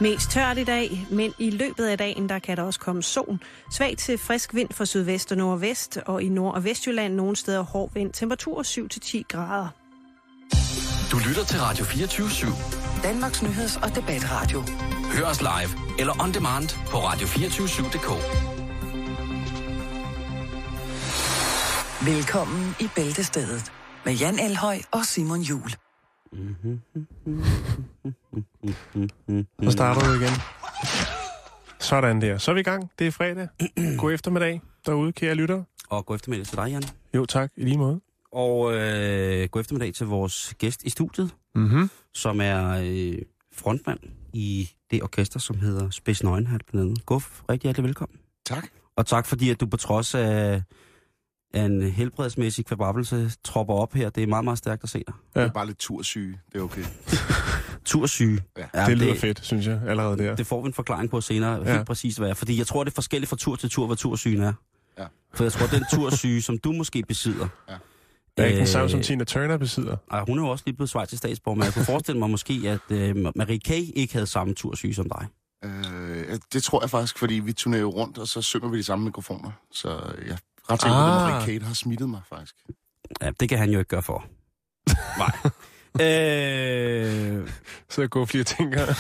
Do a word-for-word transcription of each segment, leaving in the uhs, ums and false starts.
Mest tørt i dag, men i løbet af dagen, der kan der også komme sol. Svag til frisk vind fra sydvest og nordvest, og i Nord- og Vestjylland nogle steder hård vind. Temperatur syv til ti grader. Du lytter til Radio fireogtyve syv. Danmarks nyheds- og debatradio. Hør os live eller on demand på radio to fire syv punktum d k. Velkommen i Bæltestedet med Jan Elhøj og Simon Juhl. Så starter du igen. Sådan der. Så er vi i gang. Det er fredag. God eftermiddag derude, kære lyttere. Og god eftermiddag til dig, Jan. Jo, tak. I lige måde. Og øh, god eftermiddag til vores gæst i studiet, Mm-hmm. som er øh, frontmand i det orkester, som hedder Spids Nøgenhat blandt andet. Guf, rigtig hjertelig velkommen. Tak. Og tak fordi, at du på trods af, af en helbredsmæssig kvababbelse tropper op her. Det er meget, meget stærkt at se dig. Ja. Det er bare lidt tursyge. Det er okay. Tursyge. Ja. Ja, Det lyder det, fedt, synes jeg, allerede der. Det får vi en forklaring på senere, Ja. helt præcis hvad er. Fordi jeg tror, det er forskelligt fra tur til tur, hvad tursygen er. Ja. For jeg tror, den tursyge, som du måske besidder... Ja. Det er ikke den samme, øh, som Tina Turner besidder. Ej, hun er jo også lige blevet schweizisk statsborger, men jeg kunne forestille mig måske, at øh, Marie K. ikke havde samme tursyge som dig. Øh, det tror jeg faktisk, fordi vi turnerer jo rundt, og så synger vi de samme mikrofoner. Så jeg er ret sikker på, Ah. at Marie Kate har smittet mig, faktisk. Ja, det kan han jo ikke gøre for. Nej. øh, Så jeg går flere ting her.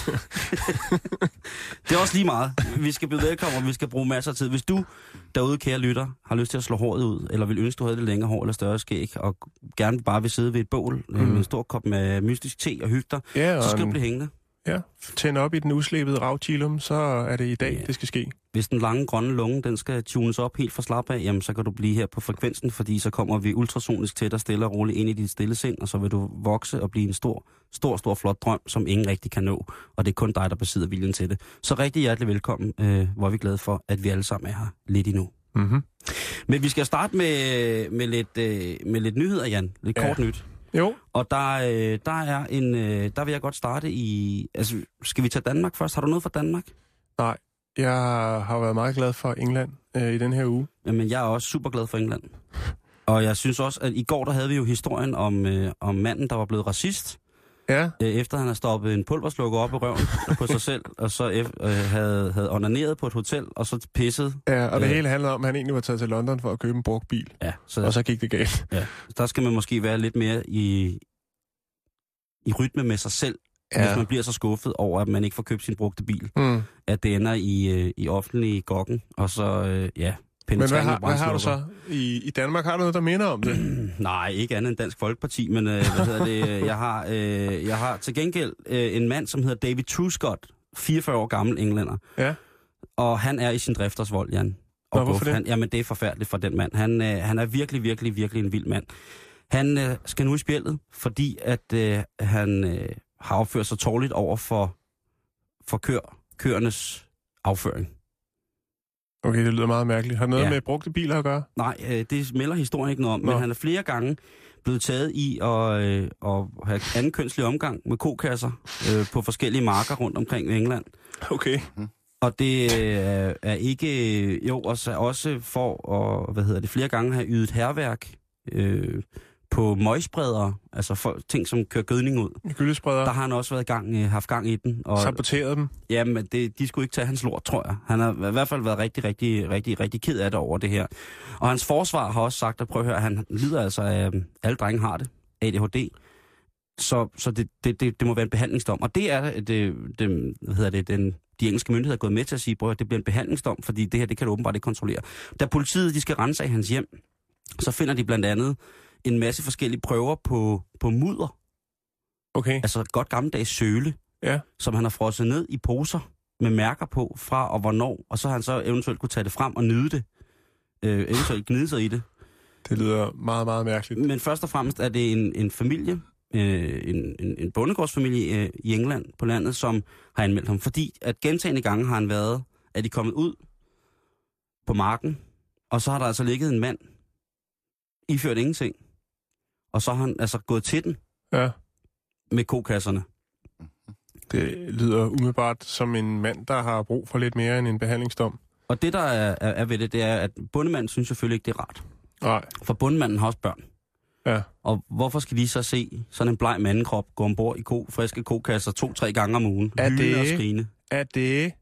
det er også lige meget. Vi skal byde velkommen, og vi skal bruge masser af tid. Hvis du derude, kære lytter, har lyst til at slå håret ud, eller vil ønske, du havde lidt længere hår eller større skæg, og gerne bare vil sidde ved et bål mm. med en stor kop med mystisk te og hygge dig, Ja, og så skal du en- blive hængende. Ja, tænde op i den uslebede ravchilum, så er det i dag, Ja. det skal ske. Hvis den lange grønne lunge, den skal tunes op helt fra slap af, jamen så kan du blive her på frekvensen, fordi så kommer vi ultrasonisk tæt og stille og roligt ind i dit stille sind, og så vil du vokse og blive en stor, stor, stor flot drøm, som ingen rigtig kan nå, og det er kun dig, der besidder viljen til det. Så rigtig hjertelig velkommen, øh, hvor er vi glade for, at vi alle sammen er her lidt endnu. Mm-hmm. Men vi skal starte med, med, lidt, øh, med lidt nyheder, Jan. Lidt Ja. kort nyt. Jo, Og der, øh, der er en, øh, der vil jeg godt starte i, altså skal vi tage Danmark først? Har du noget fra Danmark? nej. Jeg har været meget glad for England øh, i den her uge. Jamen, jeg er også super glad for England. Og jeg synes også, at i går der havde vi jo historien om, øh, om manden, der var blevet racist, Ja, øh, efter han har stoppet en pulverslukker op i røven på sig selv, og så øh, havde, havde onaneret på et hotel, og så pisset. ja og det Øh. hele handler om, at han egentlig var taget til London for at købe en brugt bil. Ja, så, Og så gik det galt. ja, der skal man måske være lidt mere i, i rytme med sig selv, ja. Hvis man bliver så skuffet over, at man ikke får købt sin brugte bil, Mm. at det ender i, øh, i offentlig gokken, og så, øh, ja, Men hvad penetrering har, med hvad har du brandslukker. så? I, I Danmark har du noget, der minder om det? Nej, ikke andet end Dansk Folkeparti, men øh, hvad hedder det? Jeg har, øh, jeg har til gengæld øh, en mand, som hedder David Truscott, fireogfyrre år gammel englænder. Ja. Og han er i sin drifters vold, Jan. Og Nå, hvorfor Guf, det? Han, jamen, det er forfærdeligt for den mand. Han, øh, han er virkelig, virkelig, virkelig en vild mand. Han øh, skal nu i spjældet, fordi at øh, han øh, har opført sig tårligt over for, for kør, køernes afføring. Okay, det lyder meget mærkeligt. Har det noget Ja. med brugte biler at gøre? Nej, øh, det melder historien ikke noget om, Nå. men han er flere gange blevet taget i at, øh, at have anden kønslig omgang med kokasser øh, på forskellige marker rundt omkring i England. Okay. Og det øh, er ikke, øh, jo, også, også for at, hvad hedder det, flere gange have ydet hærværk øh, på møgspredere, altså for, ting, som kører gødning ud. Gyldespreder. Der har han også været gang, øh, haft gang i den. Og, Saboteret dem. jamen, det, de skulle ikke tage hans lort, tror jeg. Han har i hvert fald været rigtig, rigtig, rigtig, rigtig ked af det over det her. Og hans forsvar har også sagt, at prøv at høre, han lider altså af, alle drenge har det, A D H D. Så, så det, det, det, det må være en behandlingsdom. Og det er det, det hvad hedder det, den, de engelske myndigheder er gået med til at sige, prøv at det bliver en behandlingsdom, fordi det her, det kan du åbenbart ikke kontrollere. Da politiet, de skal rense af hans hjem, så finder de blandt andet en masse forskellige prøver på, på mudder. Okay. Altså et godt gammeldags søle, Ja. som han har frosset ned i poser med mærker på fra og hvornår, og så har han så eventuelt kunne tage det frem og nyde det. Øh, eventuelt gnide sig i det. Det lyder meget, meget mærkeligt. Men først og fremmest er det en, en familie, øh, en, en, en bondegårdsfamilie øh, i England på landet, som har anmeldt ham, fordi at gentagne gange har han været, at de kommet ud på marken, og så har der altså ligget en mand, iført ingenting, og så har han altså gået til den Ja. med kokasserne. Det lyder umiddelbart som en mand, der har brug for lidt mere end en behandlingsdom. Og det, der er, er, er ved det, det er, at bondemanden synes selvfølgelig ikke, det er rart. Nej. For bondemanden har også børn. Ja. Og hvorfor skal de så se sådan en bleg mandekrop gå ombord i ko, friske kokasser to-tre gange om ugen? Er hylende det- og skrigende? Er det...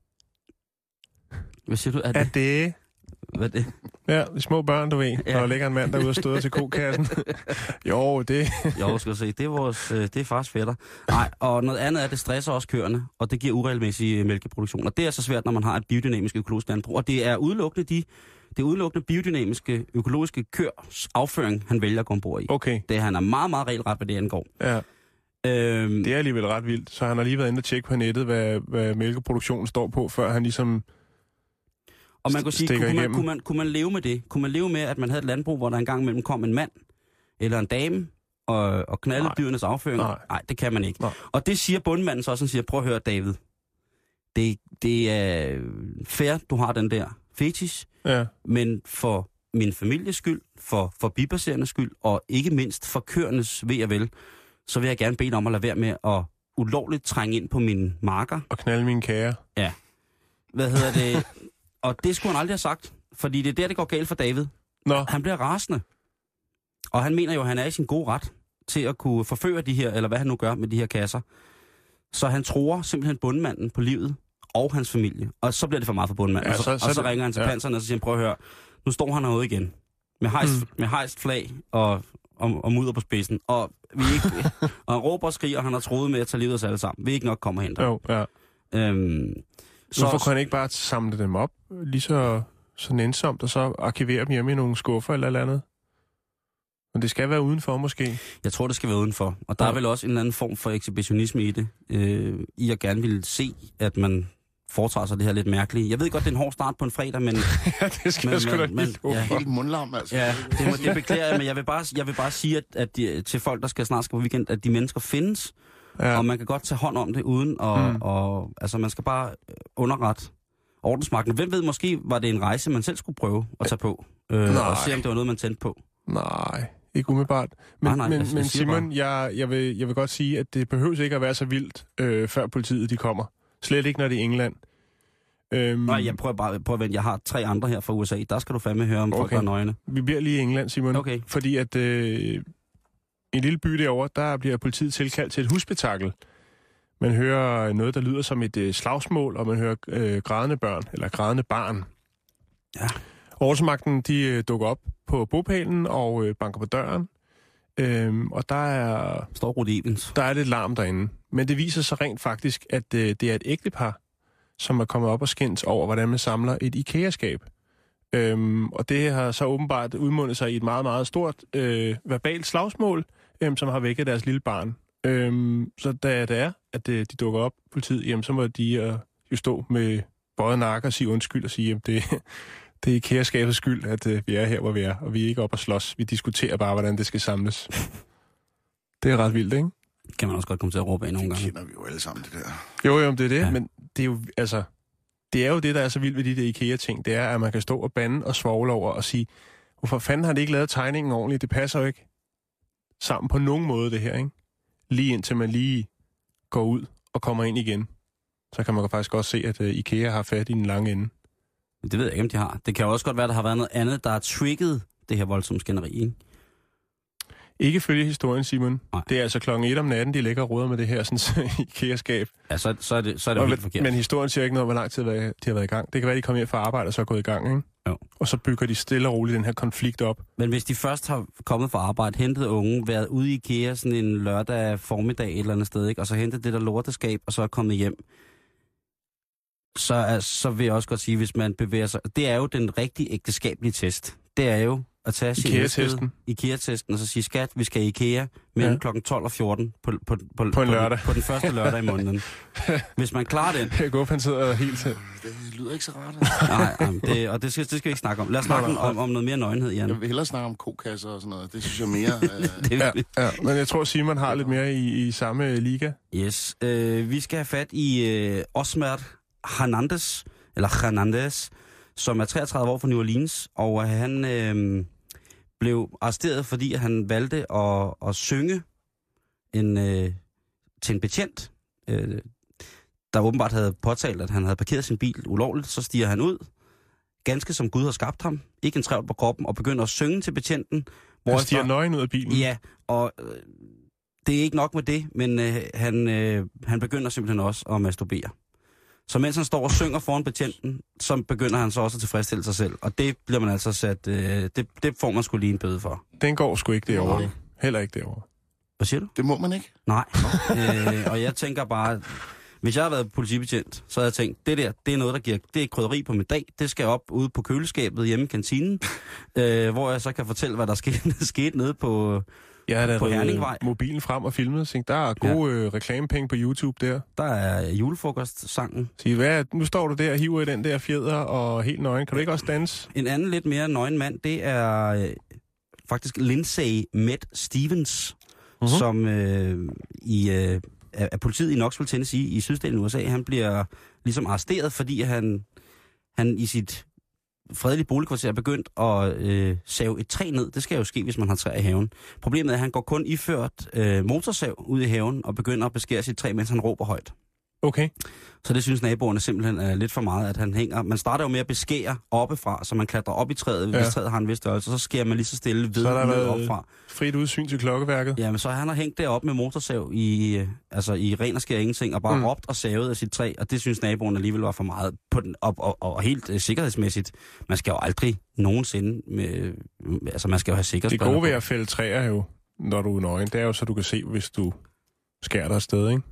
Hvad siger du? Er Er det? det... Hvad er det? Ja, de små børn, du ved. Ja. Ja. Der ligger en mand derude og støder til kokassen. jo, det... Jo, skal se. Det er, vores, det er fars fætter. Nej, og noget andet er, at det stresser også køerne, og det giver uregelmæssig mælkeproduktion. Og det er så svært, når man har et biodynamisk økologisk landbrug. Og det er udelukkende de... Det er udelukkende biodynamiske, økologiske kørs afføring, han vælger at gå ombord i. Okay. Det han er meget, meget regelret, hvad det angår. Ja. Øhm, Det er alligevel ret vildt. Så han har lige været inde og tjekke på nettet, hvad, hvad mælkeproduktionen står på, før han ligesom... og man kunne sige, stikker kunne man, igennem. kunne, man, kunne man leve med det? Kunne man leve med, at man havde et landbrug, hvor der engang imellem kom en mand eller en dame og, og knaldede Nej. dyrenes afføring? Nej. Nej, det kan man ikke. Nej. Og det siger bundmanden så også, han siger, prøv at høre, David. Det, det er fair, du har den der fetish, Ja. men for min families skyld, for forbipasserende skyld, og ikke mindst for køernes ved og vel, så vil jeg gerne bede dig om at lade være med at ulovligt trænge ind på mine marker. Og knalde mine kager. Ja. Hvad hedder det? Og det skulle han aldrig have sagt, fordi det er der, det går galt for David. Nå, Han bliver rasende. Og han mener jo, at han er i sin gode ret til at kunne forføre de her, eller hvad han nu gør med de her kasser. Så han tror simpelthen bundmanden på livet og hans familie. Og så bliver det for meget for bundmanden. Ja, og, så, så- og så så det- ringer han til ja. panseren, og så siger han, prøv at høre, nu står han herude igen. Med hejst, mm. med hejst flag og, og, og mudder på spidsen. Og, vi er ikke, og han råber og skriger, og han har troet med at tage livet af os alle sammen. Vi er ikke nok komme og hente ham. jo, ja. Øhm, Så, Hvorfor kan han ikke bare samle dem op lige så, så nænsomt, og så arkivere dem hjemme i nogle skuffer eller eller andet? Men det skal være udenfor måske. Jeg tror, det skal være udenfor. Og der Ja. er vel også en eller anden form for ekshibitionisme i det. Øh, I at gerne vil se, at man foretager sig det her lidt mærkelige. Jeg ved godt, det er en hård start på en fredag, men... ja, det skal Men- jeg sgu da men- lige men- love ja. for. Helt mundlam, altså. Ja, det, må, det beklager jeg, men jeg vil bare, jeg vil bare sige, at, at de, til folk, der skal snart skal på weekend, at de mennesker findes, ja. Ja. Og man kan godt tage hånd om det uden at... Mm. Og, altså, man skal bare underrette ordensmagten. Hvem ved, måske var det en rejse, man selv skulle prøve at tage på, øh, Nej. og se, om det var noget, man tændte på. Nej, ikke umiddelbart. Men, Nej, nej, men, jeg- jeg men siger Simon, jeg, jeg, vil, jeg vil godt sige, at det behøves ikke at være så vildt, øh, før politiet de kommer. Slet ikke, når det er England. Øhm, Nej, jeg prøver bare på at vente. Jeg har tre andre her fra U S A. Der skal du fandme høre om okay. folk, Okay. der er nøgne. Vi bliver lige i England, Simon. Okay. Fordi at øh, en lille by derovre, der bliver politiet tilkaldt til et husspektakel. Man hører noget, der lyder som et øh, slagsmål, og man hører øh, grædende børn, eller grædende barn. Ja. Ordensmagten, de øh, dukker op på bopælen og øh, banker på døren. Øhm, og der er, Står Rudi Evens. der er lidt larm derinde. Men det viser sig rent faktisk, at øh, det er et ægtepar, som er kommet op og skændes over, hvordan man samler et IKEA-skab. Øhm, og det har så åbenbart udmundet sig i et meget, meget stort øh, verbalt slagsmål, øhm, som har vækket deres lille barn. Øhm, så da det er, at øh, de dukker op politiet, jamen, så må de øh, jo stå med bøjet nakke og sige undskyld og sige, at det, det er IKEA-skabets skyld, at øh, vi er her, hvor vi er, og vi er ikke op og slås. Vi diskuterer bare, hvordan det skal samles. Det er ret vildt, ikke? Kan man også godt komme til at råbe af nogle Det gange. kender vi jo alle sammen, det der. Jo, jo, det er det, Ja. ja. Men det er jo, altså, det er jo det, der er så vildt ved de der IKEA-ting, det er, at man kan stå og bande og svogle over og sige, hvorfor fanden har de ikke lavet tegningen ordentligt? Det passer jo ikke sammen på nogen måde, det her, ikke? Lige indtil man lige går ud og kommer ind igen. Så kan man faktisk også se, at uh, IKEA har fat i den lange ende. Det ved jeg ikke, om de har. Det kan jo også godt være, at der har været noget andet, der har trigget det her voldsomme skænderi, ikke? Ikke følge historien, Simon. Nej. Det er altså klokken et om natten, de ligger og roder med det her sådan, IKEA-skab. Ja, så, så er det, så er det Og, jo helt forkert. men historien siger ikke noget om, hvor lang tid de har været i gang. Det kan være, de kommer hjem fra arbejde og så er gået i gang, ikke? Jo. Og så bygger de stille og roligt den her konflikt op. Men hvis de først har kommet fra arbejde, hentet unge, været ude i IKEA sådan en lørdag formiddag et eller andet sted, ikke? Og så hentet det der lorteskab, og så er kommet hjem, så, er, så vil jeg også godt sige, hvis man bevæger sig... Det er jo den rigtige ægteskabelige test. Det er jo at tage sin IKEA-testen. IKEA-testen, og så sige, skat, vi skal i IKEA mellem Ja. klokken tolv og fjorten på, på, på, På en lørdag. Den, på den første lørdag i måneden. Hvis man klarer den... Jeg går, han sidder helt til. Det lyder ikke så rart. Altså. Nej, nej, det, og det skal, det skal vi ikke snakke om. Lad os snakke Nej, nej. om, om noget mere nøgenhed, Jan. Jeg vil hellere snakke om kokasser og sådan noget. Det synes jeg mere... Øh, Det Ja, er ja, men jeg tror, Simon har lidt mere i, i samme liga. Yes. Øh, vi skal have fat i øh, Osmer Hernandez, eller Hernandez, som er treogtredive år fra New Orleans, og han øh, blev arresteret, fordi han valgte at, at synge en, øh, til en betjent, øh, der åbenbart havde påtalt, at han havde parkeret sin bil ulovligt. Så stiger han ud, ganske som Gud har skabt ham, ikke en trævl på kroppen, og begynder at synge til betjenten. Han stiger nøgen ud af bilen. Ja, og øh, det er ikke nok med det, men øh, han, øh, han begynder simpelthen også at masturbere. Så mens han står og synger foran betjenten, så begynder han så også at tilfredsstille sig selv. Og det bliver man altså sat... Øh, det, det får man sgu lige en bøde for. Den går sgu ikke derovre. Nej. Heller ikke derovre. Hvad siger du? Det må man ikke. Nej. øh, og jeg tænker bare... Hvis jeg havde været politibetjent, så havde jeg tænkt, det der, det er noget, der giver... Det er krydderi på min dag. Det skal op ude på køleskabet hjemme i kantinen, øh, hvor jeg så kan fortælle, hvad der skete, skete nede på... Jeg havde på da Herningvej. mobilen frem og filmet og tænkte, der er gode ja. øh, reklamepenge på YouTube der. Der er julefrokostsangen. Sige, hvad, nu står du der og hiver i den der fjeder og helt nøgen. Kan du ikke også danse? En anden lidt mere nøgen mand, det er øh, faktisk Lindsay Med Stevens, uh-huh. som øh, i, øh, er politiet i Knoxville, Tennessee i syddelen af U S A. Han bliver ligesom arresteret, fordi han, han i sit fredelige boligkvarter er begyndt at øh, save et træ ned. Det skal jo ske, hvis man har træ i haven. Problemet er, at han går kun iført øh, motorsav ud i haven og begynder at beskære sit træ, mens han råber højt. Okay. Så det synes naboerne simpelthen er lidt for meget, at han hænger. Man starter jo med at beskære oppefra, så man klatrer op i træet, hvis ja. træet har en vis størrelse, så skærer man lige så stille ved ned opfra. Frit udsyn til klokkeværket. Ja, men så han har hængt deroppe med motorsav i, altså i ren og skær ingenting, og bare mm. råbt og savet af sit træ, og det synes naboerne alligevel var for meget. På den, og, og, og helt uh, sikkerhedsmæssigt, man skal jo aldrig nogensinde, med, altså man skal jo have sikkerhedsbriller. Det gode ved at fælde træer jo, når du er nøgen, det er jo så, du kan se, hvis du skærer dig afsted, ikke?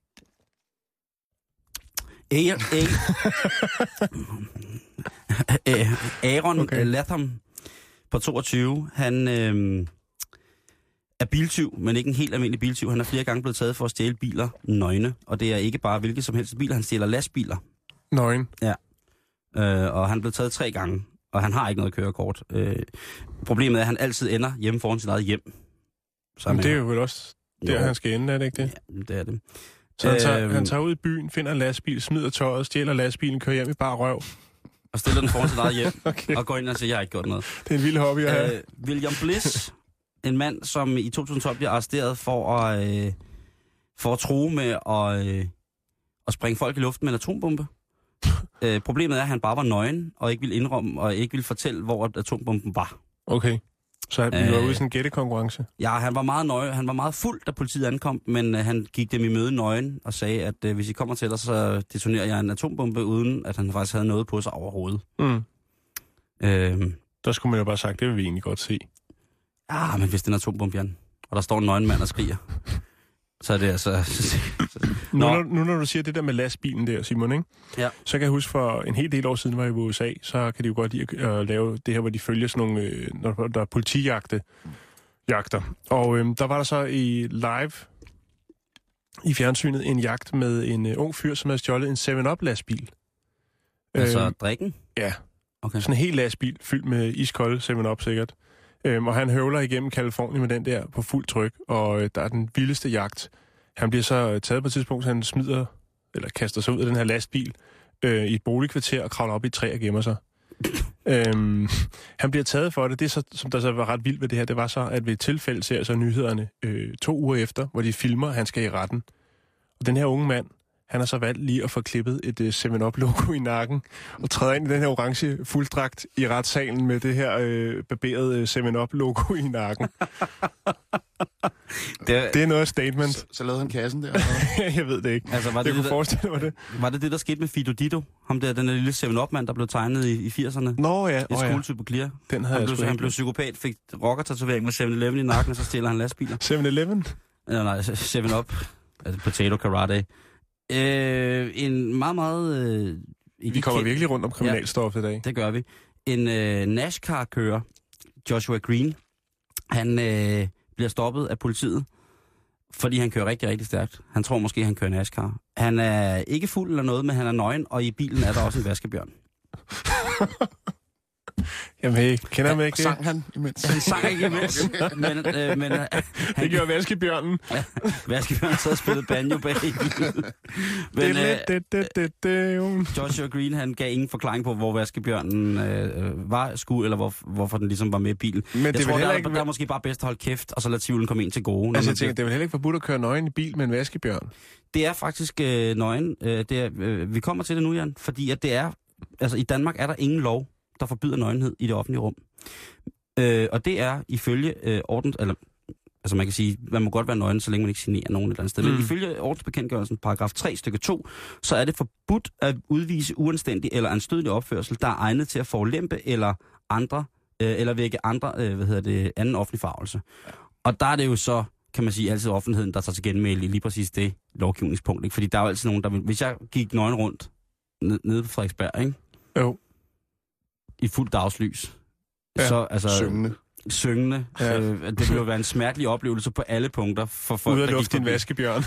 Aaron okay. Latham på toogtyve, han øh, er biltyv, men ikke en helt almindelig biltyv. Han er flere gange blevet taget for at stjæle biler nøgne, og det er ikke bare hvilket som helst biler, han stjæler lastbiler. Nøgen? Ja, øh, og han er blevet taget tre gange, og han har ikke noget kørekort. Øh, problemet er, at han altid ender hjemme foran sit eget hjem. Så men det er jo vel også der, jo. Han skal ende, er det ikke det? Ja, det er det. Så han tager, øhm, han tager ud i byen, finder en lastbil, smider tøjet, stjæler lastbilen, kører hjem i bare røv. Og stiller den foran sit eget hjem, okay. og går ind og siger, jeg har ikke gjort noget. Det er en vild hobby at have. Øh, William Bliss, en mand, som i to tusind og tolv bliver arresteret for at, øh, for at true med at, øh, at springe folk i luften med en atombombe. øh, problemet er, at han bare var nøgen, og ikke ville indrømme, og ikke ville fortælle, hvor atombomben var. Okay. Så han var ude i sådan en gættekonkurrence? Ja, han var meget nøje. Han var meget fuld, da politiet ankom, men uh, han gik dem i møde nøgen og sagde, at uh, hvis I kommer til os, så detonerer jeg en atombombe, uden at han faktisk havde noget på sig overhovedet. Mm. Øhm, der skulle man jo bare sagt, det vil vi egentlig godt se. Ja, men hvis det er en atombombe, Jan, og der står en nøgen mand og skriger, så er det altså... nu, når, nu når du siger det der med lastbilen der, Simon, ikke? Ja. Så kan jeg huske, for en hel del år siden var jeg i U S A, så kan de jo godt lide at lave det her, hvor de følger sådan nogle, øh, når der er politijagte, jagter. Og øh, der var der så i live i fjernsynet en jagt med en øh, ung fyr, som havde stjålet en seven up lastbil. Altså øh, drikken? Ja. Okay. Sådan en hel lastbil fyldt med iskolde seven up sikkert. Øhm, og han høvler igennem Californien med den der på fuld tryk, og øh, der er den vildeste jagt. Han bliver så taget på et tidspunkt, så han smider, eller kaster sig ud af den her lastbil øh, i et boligkvarter og kravler op i et træ og gemmer sig. øhm, han bliver taget for det. Det, så, som der så var ret vildt ved det her, det var så, at ved et tilfælde ser så nyhederne øh, to uger efter, hvor de filmer, at han skal i retten. Og den her unge mand, han har så valgt lige at få klippet et uh, seven up logo i nakken, og træder ind i den her orange fulddragt i retssalen med det her øh, barberede uh, seven up logo i nakken. det, det er noget statement. Så, så lavede han kassen der? Jeg ved det ikke. Altså, var det jeg det, kunne forestille mig det. Var det det, der skete med Fido Dido? Ham der, den der lille seven up mand der blev tegnet i, i firserne? Nå ja. Det er Skoletype Clear. Den havde han jeg blev, han blev psykopat, fik rocker-tatovering med seven eleven i nakken, og så stjæler han lastbiler. seven eleven? Ja, nej, seven up. Altså, potato karate. Øh, en meget, meget... Øh, vi kommer kendt, virkelig rundt om kriminalstof ja, i dag. Det gør vi. En øh, NASCAR-kører, Joshua Green, han øh, bliver stoppet af politiet, fordi han kører rigtig, rigtig stærkt. Han tror måske, han kører NASCAR. Han er ikke fuld eller noget, men han er nøgen, og i bilen er der også en vaskebjørn. Jamen, kender jeg mig ikke det? Sang han imens? Han sang ikke imens, okay. men... Øh, men han, det gjorde vaskebjørnen. Ja, vaskebjørnen sad og spillede banjo bag i bilen. Men øh, Joshua Green, han gav ingen forklaring på, hvor vaskebjørnen øh, var sku, eller hvor, hvorfor den ligesom var med i bilen. Men jeg det tror, der, ikke... der er måske bare bedst at holde kæft, og så lade tvivlen komme ind til gode. Altså, jeg tænker, det er vel heller ikke forbudt at køre nøgen i bil med en vaskebjørn? Det er faktisk øh, nøgen. Øh, det er, øh, vi kommer til det nu, Jan, fordi at det er... Altså, i Danmark er der ingen lov, der forbyder nøgenhed i det offentlige rum. Øh, og det er ifølge øh, orden, eller Altså man kan sige, man må godt være nøgen, så længe man ikke generer nogen et eller andet sted. Mm. Men ifølge ordensbekendtgørelsen, paragraf tre stykke to, så er det forbudt at udvise uanstændig eller anstødelig opførsel, der er egnet til at forulempe eller andre, øh, eller vække andre, øh, hvad hedder det, anden offentlig forargelse. Ja. Og der er det jo så, kan man sige, altid offentligheden, der tager til genmæle i lige præcis det lovgivningspunkt. Ikke? Fordi der er jo altid nogen, der vil... Hvis jeg gik nøgen rundt ned, nede på Frederiksberg, ikke? Jo. I fuld dagslys. Ja, så, altså, syngende. Syngende. Ja. Øh, det ville jo være en smertelig oplevelse på alle punkter for folk, ud af der luft gik din vaskebjørn.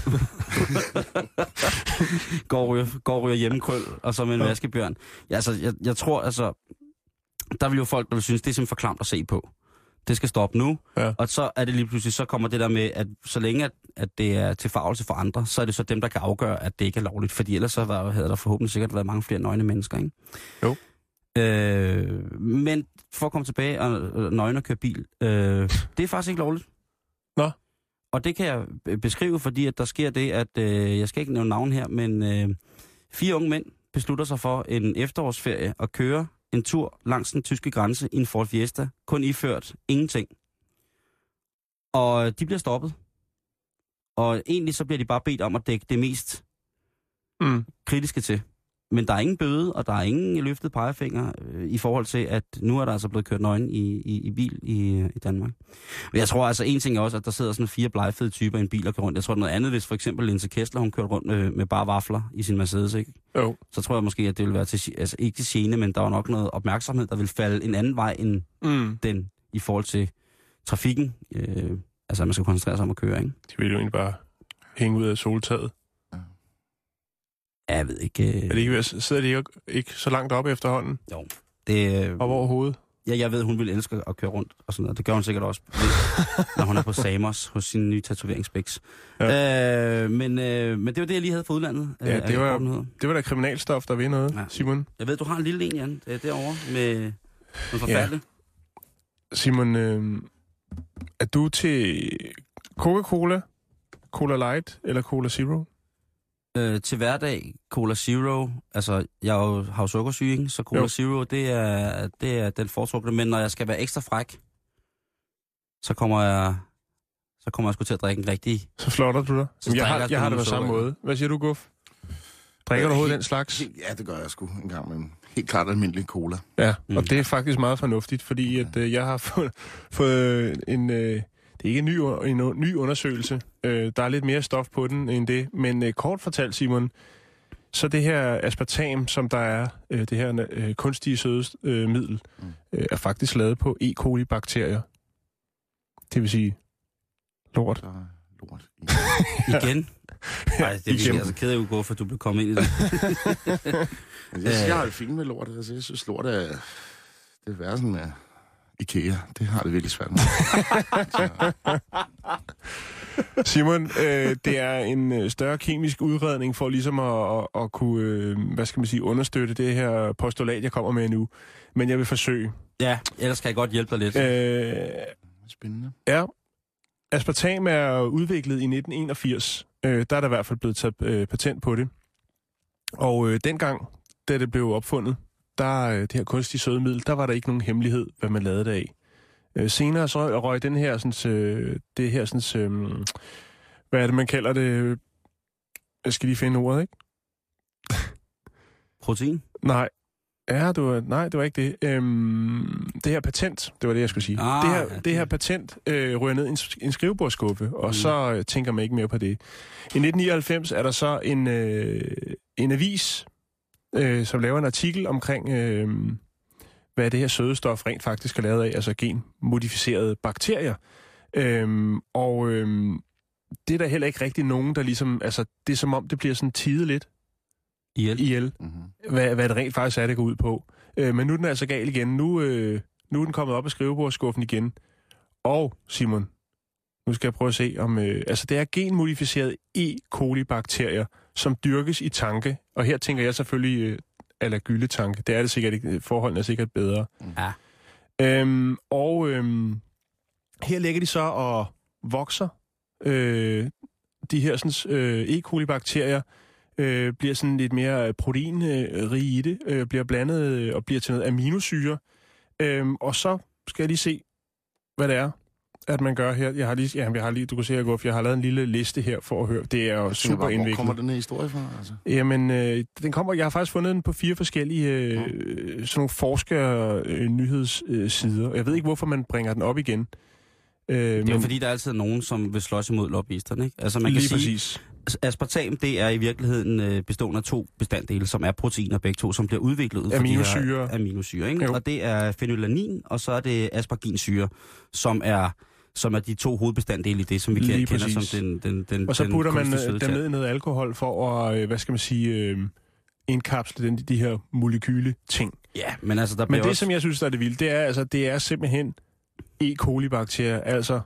går og ryger, går og ryger hjemmekrøl, og så med en ja. vaskebjørn. Ja, altså, jeg, jeg tror, altså... Der vil jo folk, der vil synes, det er simpelthen for klamt at se på. Det skal stoppe nu. Ja. Og så er det lige pludselig, så kommer det der med, at så længe at, at det er til forargelse for andre, så er det så dem, der kan afgøre, at det ikke er lovligt. Fordi ellers så var, havde der forhåbentlig sikkert været mange flere nøgne mennesker, ikke? Jo. Øh, men for at komme tilbage og nøgne og køre bil, øh, det er faktisk ikke lovligt. Nå. Og det kan jeg beskrive, fordi at der sker det, at øh, jeg skal ikke nævne navn her, men øh, fire unge mænd beslutter sig for en efterårsferie at køre en tur langs den tyske grænse i en Ford Fiesta, kun iført ingenting. Og de bliver stoppet. Og egentlig så bliver de bare bedt om at dække det mest mm. kritiske til. Men der er ingen bøde, og der er ingen løftet pegefinger øh, i forhold til, at nu er der altså blevet kørt nøgen i, i, i bil i, i Danmark. Men jeg tror altså, en ting er også, at der sidder sådan fire blegfede typer i en bil og kører rundt. Jeg tror noget andet, hvis for eksempel Linse Kessler, hun kørte rundt med, med bare vafler i sin Mercedes, ikke? Jo. Så tror jeg måske, at det ville være til, altså ikke til gene, men der var nok noget opmærksomhed, der vil falde en anden vej end mm. den i forhold til trafikken. Øh, altså, man skal koncentrere sig om at køre, ikke? De vil jo egentlig bare hænge ud af soltaget. Jeg ved ikke... Øh... Er det ikke, sidder de ikke, ikke så langt op efterhånden? Jo. Det, øh... Op over hovedet? Ja, jeg ved, hun vil elske at køre rundt og sådan noget. Det gør hun sikkert også, når hun er på Samos hos sin nye tatoveringsbæks. Ja. Øh, men, øh, men det var det, jeg lige havde fra udlandet. Ja, det var, det var da kriminalstof, der ved noget, ja. Simon. Jeg ved, du har en lille en, Jan, derovre med noget forfærdeligt. Ja. Simon, øh, er du til Coca-Cola, Cola Light eller Cola Zero? Øh, til hverdag, Cola Zero, altså jeg jo, har jo sukkersyge, ikke? Så Cola jo. Zero, det er, det er den foretrukne, men når jeg skal være ekstra fræk, så kommer jeg, så kommer jeg sgu til at drikke en rigtig... Så flotter du dig. Jeg, jeg har, jeg har det på samme måde. Hvad siger du, Guf? Drikker øh, du overhovedet den slags? Helt, ja, det gør jeg sgu en gang, men helt klart almindelig cola. Ja, mm. og det er faktisk meget fornuftigt, fordi at, øh, jeg har fået, fået en... Øh, det er ikke en ny, en ny undersøgelse. Øh, der er lidt mere stof på den end det. Men øh, kort fortalt, Simon, så det her aspartam, som der er, øh, det her øh, kunstige sødemiddel, øh, middel, mm. øh, er faktisk lavet på E. coli-bakterier. Det vil sige lort. Lort. Igen? Nej, det er virkelig altså ked af at gå, for du blev kommet ind i det. jeg, jeg har det fint med lort. Altså, jeg synes, lort er... Det er værre sådan med... IKEA, det har det virkelig svært med. Simon, øh, det er en større kemisk udredning for ligesom at, at, at kunne, øh, hvad skal man sige, understøtte det her postulat, jeg kommer med nu. Men jeg vil forsøge. Ja, ellers kan jeg godt hjælpe dig lidt. Øh, Spændende. Ja. Aspartam er udviklet i nitten enogfirs. Øh, der er der i hvert fald blevet taget øh, patent på det. Og øh, dengang, da det blev opfundet, der det her kunstige sødemiddel, der var der ikke nogen hemmelighed, hvad man lavede det af. Øh, senere så røg den her, sådan, øh, det her, sådan, øh, hvad er det, man kalder det? Jeg skal lige finde ordet, ikke? Protein? Nej. Ja, det var, nej, det var ikke det. Øhm, det her patent, det var det, jeg skulle sige. Ah, det, her, ja, det... det her patent øh, ryger ned i en, en skrivebordskuffe, og mm. så øh, tænker man ikke mere på det. I nitten nioghalvfems er der så en, øh, en avis, øh, som laver en artikel omkring, øh, hvad det her sødestof rent faktisk er lavet af, altså genmodificerede bakterier. Øhm, og øh, det er der heller ikke rigtig nogen, der ligesom, altså det er som om, det bliver sådan tidet lidt. I el. I el. Mm-hmm. Hvad, hvad det rent faktisk er, det går ud på. Øh, men nu er den altså gal igen. Nu, øh, nu er den kommet op af skrivebordskuffen igen. Og, Simon, nu skal jeg prøve at se om... Øh, altså, det er genmodificerede E. coli-bakterier, som dyrkes i tanke. Og her tænker jeg selvfølgelig øh, eller gyldetanke. Det er det sikkert ikke. Forholdene er sikkert bedre. Ja. Øhm, og øhm, her ligger de så og vokser. Øh, de her sådan, øh, E. coli-bakterier Øh, bliver sådan lidt mere proteinrig i det, øh, bliver blandet øh, og bliver til noget aminosyre. Øh, og så skal jeg lige se, hvad det er. at man gør her. Jeg har lige, ja, jeg har lige, du kan se, at jeg har lavet en lille liste her for at høre. Det er jo super bare, indviklet. Hvor kommer den her historie fra? Altså? Jamen, øh, den kommer, jeg har faktisk fundet den på fire forskellige øh, sådan nogle forsker-nyhedssider. Øh, jeg ved ikke, hvorfor man bringer den op igen. Øh, det er men, jo fordi, der er altid nogen, som vil slås imod lobbyisterne, ikke? Altså, man kan lige sige, præcis. aspartam, det er i virkeligheden øh, bestående af to bestanddele, som er proteiner begge to, som bliver udviklet ud fra aminosyre. de her aminosyre, ikke? Jo. Og det er phenolanin, og så er det asparginsyre, som er som er de to hovedbestanddele i det, som vi lige kender præcis. som den den den og så putter den man dem ned i noget alkohol for at, hvad skal man sige, øh, indkapsle den, de her molekyle ting. Ja, men altså der Men det, også... som jeg synes, der er det vilde, det er, altså, det er simpelthen E. coli-bakterier, altså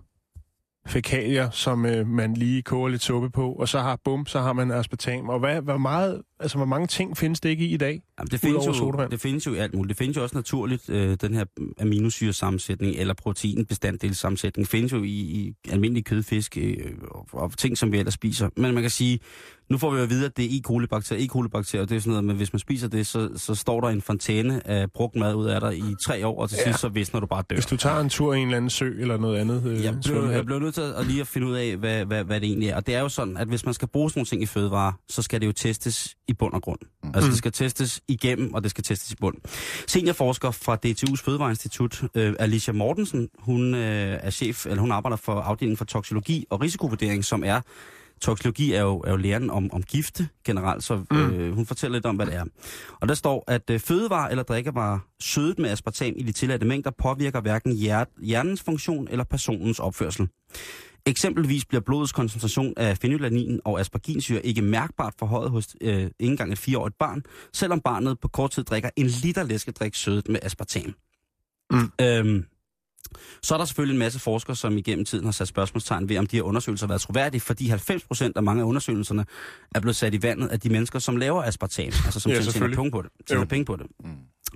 fækalier, som øh, man lige koger lidt suppe på, og så har bum, så har man aspartam. Og hvad, hvor meget, altså hvor mange ting findes det ikke i i dag? Jamen, det, findes jo, det findes jo i alt muligt. Det findes jo også naturligt, øh, den her aminosyresammensætning eller proteinbestanddelssammensætning findes jo i, i almindelig kødfisk øh, og, og ting, som vi ellers spiser. Men man kan sige, nu får vi jo at vide, at det er E. coli-bakterier. E. coli-bakterier, det er sådan noget, men hvis man spiser det, så, så står der en fontæne af brugt mad ud af dig i tre år, og til sidst ja. så visner du bare dør. Hvis du tager en tur i en eller anden sø eller noget andet. Øh, jeg, blev, jeg blev nødt til at lige at finde ud af, hvad, hvad, hvad det egentlig er. Og det er jo sådan, at hvis man skal bruge sådan nogle ting i fødevarer, så skal det jo testes i bund og grund. Mm. Altså det skal testes igennem, og det skal testes i bund. Seniorforsker fra D T U's Fødevareinstitut, øh, Alicia Mortensen, hun øh, er chef, eller hun arbejder for afdelingen for toksologi og risikovurdering, som er toksologi er jo, er jo læren om, om gifte generelt, så øh, mm. hun fortæller lidt om, hvad det er. Og der står, at øh, fødevarer eller drikkevarer sødet med aspartam i de tilladte mængder påvirker hverken hjert, hjernens funktion eller personens opførsel. Eksempelvis bliver blodets koncentration af phenolanin og asparginsyre ikke mærkbart forhøjet hos øh, ikke engang et fireårigt barn, selvom barnet på kort tid drikker en liter læskedrik sødet med aspartam. Mm. Øhm, Så er der selvfølgelig en masse forskere, som igennem tiden har sat spørgsmålstegn ved, om de her undersøgelser har været troværdige, fordi halvfems procent af mange af undersøgelserne er blevet sat i vandet af de mennesker, som laver aspartam, altså som ja, tjener penge på det. Tjener penge på det. Mm.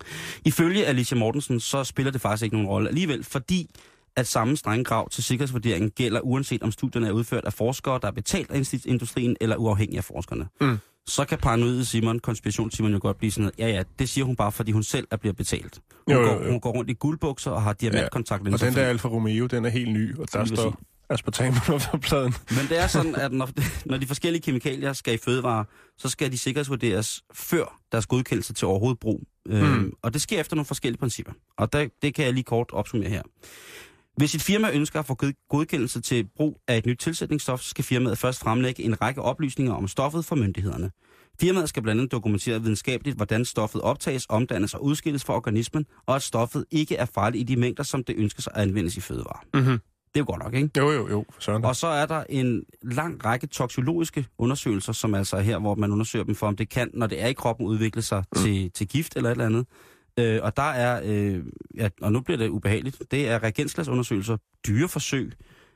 Ifølge Alicia Mortensen, så spiller det faktisk ikke nogen rolle alligevel, fordi at samme strenge krav til sikkerhedsvurderingen gælder, uanset om studierne er udført af forskere, der er betalt af industrien, eller uafhængige af forskerne. Mm. Så kan paranoide Simon, konspirations-Simon jo godt blive sådan noget, ja ja, det siger hun bare, fordi hun selv er blevet betalt. Hun, jo, jo, jo. Går, hun går rundt i guldbukser og har diamantkontakt. Ja, og den der Alfa Romeo, den er helt ny, og der står aspartam på pladen. Men det er sådan, at når, når de forskellige kemikalier skal i fødevarer, så skal de sikkerhedsvurderes før deres godkendelse til overhovedet brug. Mm. Øhm, og det sker efter nogle forskellige principper. Og der, det kan jeg lige kort opsummere her. Hvis et firma ønsker at få godkendelse til brug af et nyt tilsætningsstof, skal firmaet først fremlægge en række oplysninger om stoffet for myndighederne. Firmaet skal blandt andet dokumentere videnskabeligt, hvordan stoffet optages, omdannes og udskilles fra organismen, og at stoffet ikke er farligt i de mængder, som det ønskes at anvendes i fødevarer. Mm-hmm. Det er jo godt nok, ikke? Jo, jo, jo. Sådan. Og så er der en lang række toksologiske undersøgelser, som altså er her, hvor man undersøger dem for, om det kan, når det er i kroppen, udvikle sig mm. til, til gift eller et eller andet. Øh, og der er, øh, ja, og nu bliver det ubehageligt, det er reagensglasundersøgelser, dyreforsøg,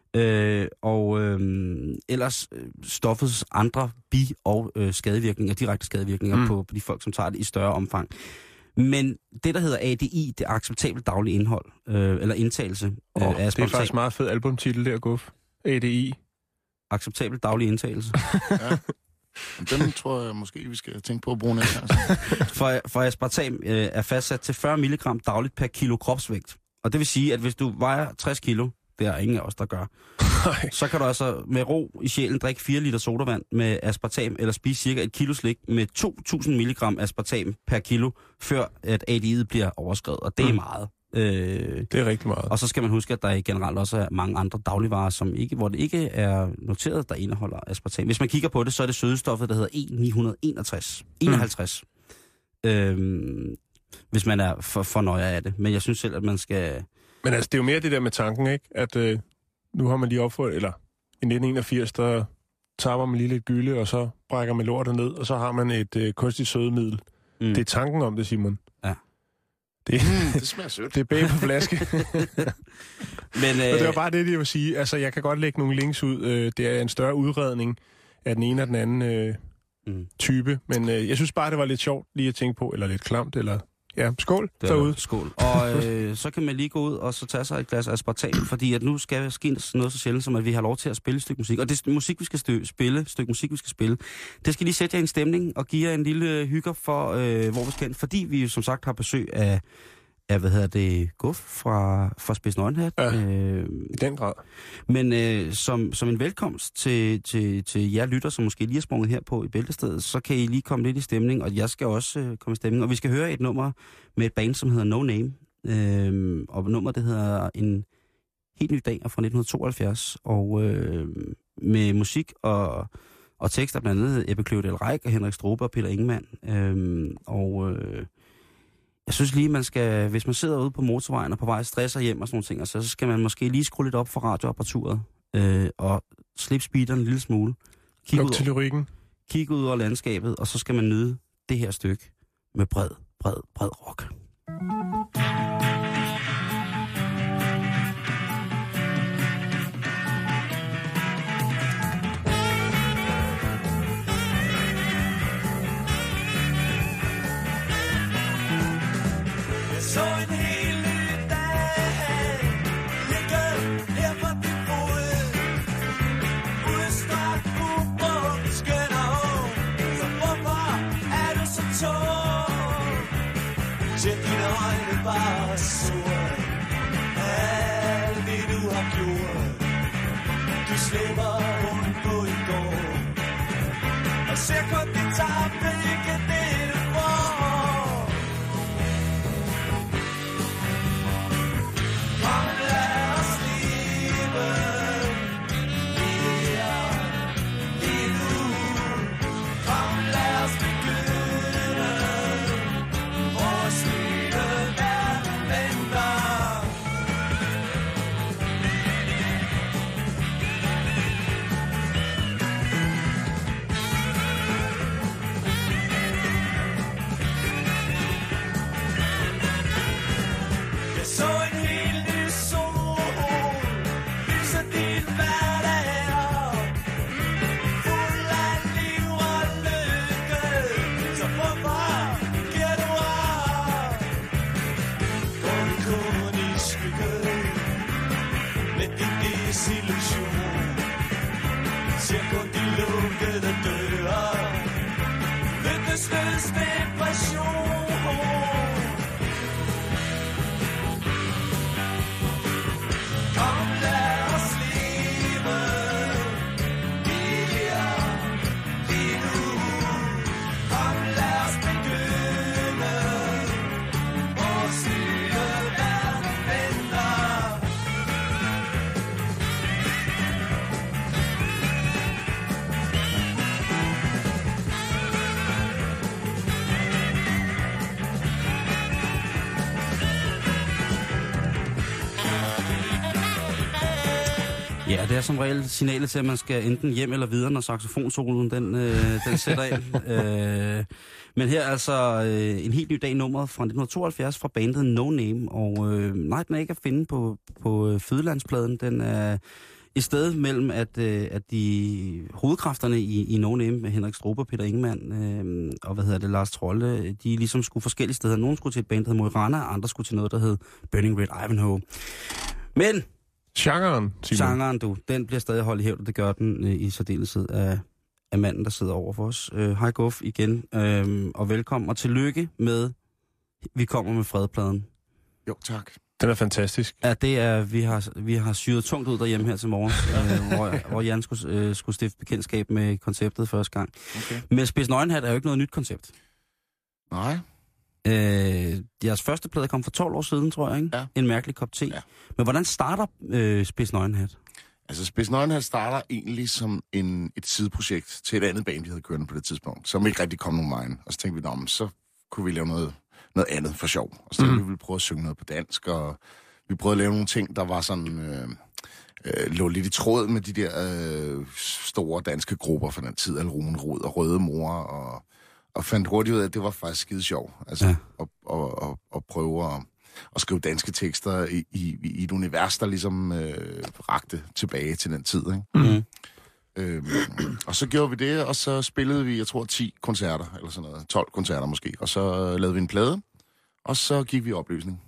øh, og øh, ellers øh, stoffets andre bi- og øh, skadevirkninger, direkte skadevirkninger mm. på, på de folk, som tager det i større omfang. Men det, der hedder A D I, det er acceptabelt daglig indhold, øh, eller indtagelse oh, øh, af det er faktisk meget fed albumtitel der, Guf. A D I. Acceptabelt daglig indtagelse. Ja. Den tror jeg måske, vi skal tænke på at bruge næste gang. For, for aspartam øh, er fastsat til fyrre milligram dagligt per kilo kropsvægt. Og det vil sige, at hvis du vejer tres kilo, det er ingen af os, der gør, så kan du altså med ro i sjælen drikke fire liter sodavand med aspartam, eller spise cirka et kilo slik med to tusind milligram aspartam per kilo, før at A D I'et bliver overskredet. Og det er mm. meget. Øh, det er rigtig meget. Og så skal man huske, at der generelt også er mange andre dagligvarer, som ikke, hvor det ikke er noteret, der indeholder aspartam. Hvis man kigger på det, så er det sødestoffet, der hedder E ni hundrede enogtres. enoghalvtreds. Mm. Øhm, hvis man er for, for nøje af det. Men jeg synes selv, at man skal... Men altså, det er jo mere det der med tanken, ikke? At øh, nu har man lige opført, eller i nitten enogfirs, der tager man lige lidt gylde, og så brækker man lortet ned, og så har man et øh, kunstigt sødemiddel. Mm. Det er tanken om det, Simon. Ja. Det, mm, det smager sødt. Det er bag på flaske. Men, øh... og det var bare det, jeg vil sige. Altså, jeg kan godt lægge nogle links ud. Øh, det er en større udredning af den ene og den anden øh, mm. type. Men øh, jeg synes bare, det var lidt sjovt lige at tænke på, eller lidt klamt, eller... Ja, skål derude. Skål. Og øh, så kan man lige gå ud og så tage sig et glas aspartam, fordi at nu skal ske noget så sjældent, som at vi har lov til at spille et stykke musik. Og det musik, vi skal stø- spille, stykke musik, vi skal spille, det skal lige sætte jer i en stemning og give jer en lille hygger for, øh, hvor vi skal hen. Fordi vi jo som sagt har besøg af Ja, hvad hedder det? Guf fra, fra Spids Nøgenhat. Ja, øh, i den grad. Men øh, som, som en velkomst til, til, til jer lytter, som måske lige er sprunget her på i Bæltestedet, så kan I lige komme lidt i stemning, og jeg skal også øh, komme i stemning. Og vi skal høre et nummer med et band, som hedder No Name. Øh, og nummeret, det hedder En helt ny dag fra nitten tooghalvfjerds. Og øh, med musik og, og tekster blandt andet Ebbe Kløvedal Reich og Henrik Strobe og Peter Ingemann. Øh, og... Øh, Jeg synes lige, man skal, hvis man sidder ude på motorvejen og på vej stresser hjem og sådan nogle ting, altså, så skal man måske lige skrue lidt op for radioapparaturet øh, og slippe speederen en lille smule. Kig Luk til lyrikken. Kig ud over landskabet, og så skal man nyde det her stykke med bred, bred, bred rock. Så en helt ny dag ligger her på din fod. Udstrakt på brugt skønner ud. Så hvorfor er du så tung? Sæt dine øjne bare sort. Alt det du har gjort. Du slipper rundt på en gård. Og ser kun dit tabte, ikke det du får. Ja, det er som regel signalet til, at man skal enten hjem eller videre, når saxofonsolen den, øh, den sætter ind. øh, men her er altså øh, en helt ny dag nummeret fra nitten tooghalvfjerds fra bandet No Name. Og øh, nej, den er ikke at finde på, på Fødelandspladen. Den er i stedet mellem, at, øh, at de hovedkræfterne i, i No Name med Henrik Strobe og Peter Ingemann øh, og hvad hedder det, Lars Trolle, de ligesom skulle forskellige steder. Nogle skulle til et band, der hed Mo i Rana, og andre skulle til noget, der hed Burning Red Ivanhoe. Men Genren, Simon. Genren, du, den bliver stadig holdt i hævd, og det gør den øh, i særdeleshed af, af manden, der sidder over for os. Øh, hej Guf igen, øh, og velkommen, og tillykke med, vi kommer med fredpladen. Jo, tak. Den er fantastisk. Ja, det er, vi har, vi har syret tungt ud derhjemme her til morgen, øh, hvor, hvor Jan skulle, øh, skulle stifte bekendtskab med konceptet første gang. Okay. Men Spids Nøgenhat er jo ikke noget nyt koncept. Nej. Øh, jeres første plade kom for tolv år siden, tror jeg, ikke? Ja. En mærkelig kop te. Ja. Men hvordan starter øh, Spids Nøgenhat? Altså, Spids Nøgenhat starter egentlig som en, et sideprojekt til et andet band, vi havde kørende på det tidspunkt, som ikke rigtig kom nogen vejen. Og så tænkte vi, så kunne vi lave noget, noget andet for sjov. Og så tænkte mm. vi, vi ville prøve at synge noget på dansk, og vi prøvede at lave nogle ting, der var sådan... Øh, øh, lå lidt i tråd med de der øh, store danske grupper fra den tid, Alrune Rod og Røde Mor, og, og fandt hurtigt ud af, at det var faktisk skide sjov. Altså, ja. at, at, at, at prøve at, at skrive danske tekster i, i, i et univers, der ligesom øh, rakte tilbage til den tid, ikke? Mm. Øhm, og så gjorde vi det, og så spillede vi, jeg tror, ti koncerter, eller sådan noget, tolv koncerter måske, og så lavede vi en plade, og så gik vi i opløsning.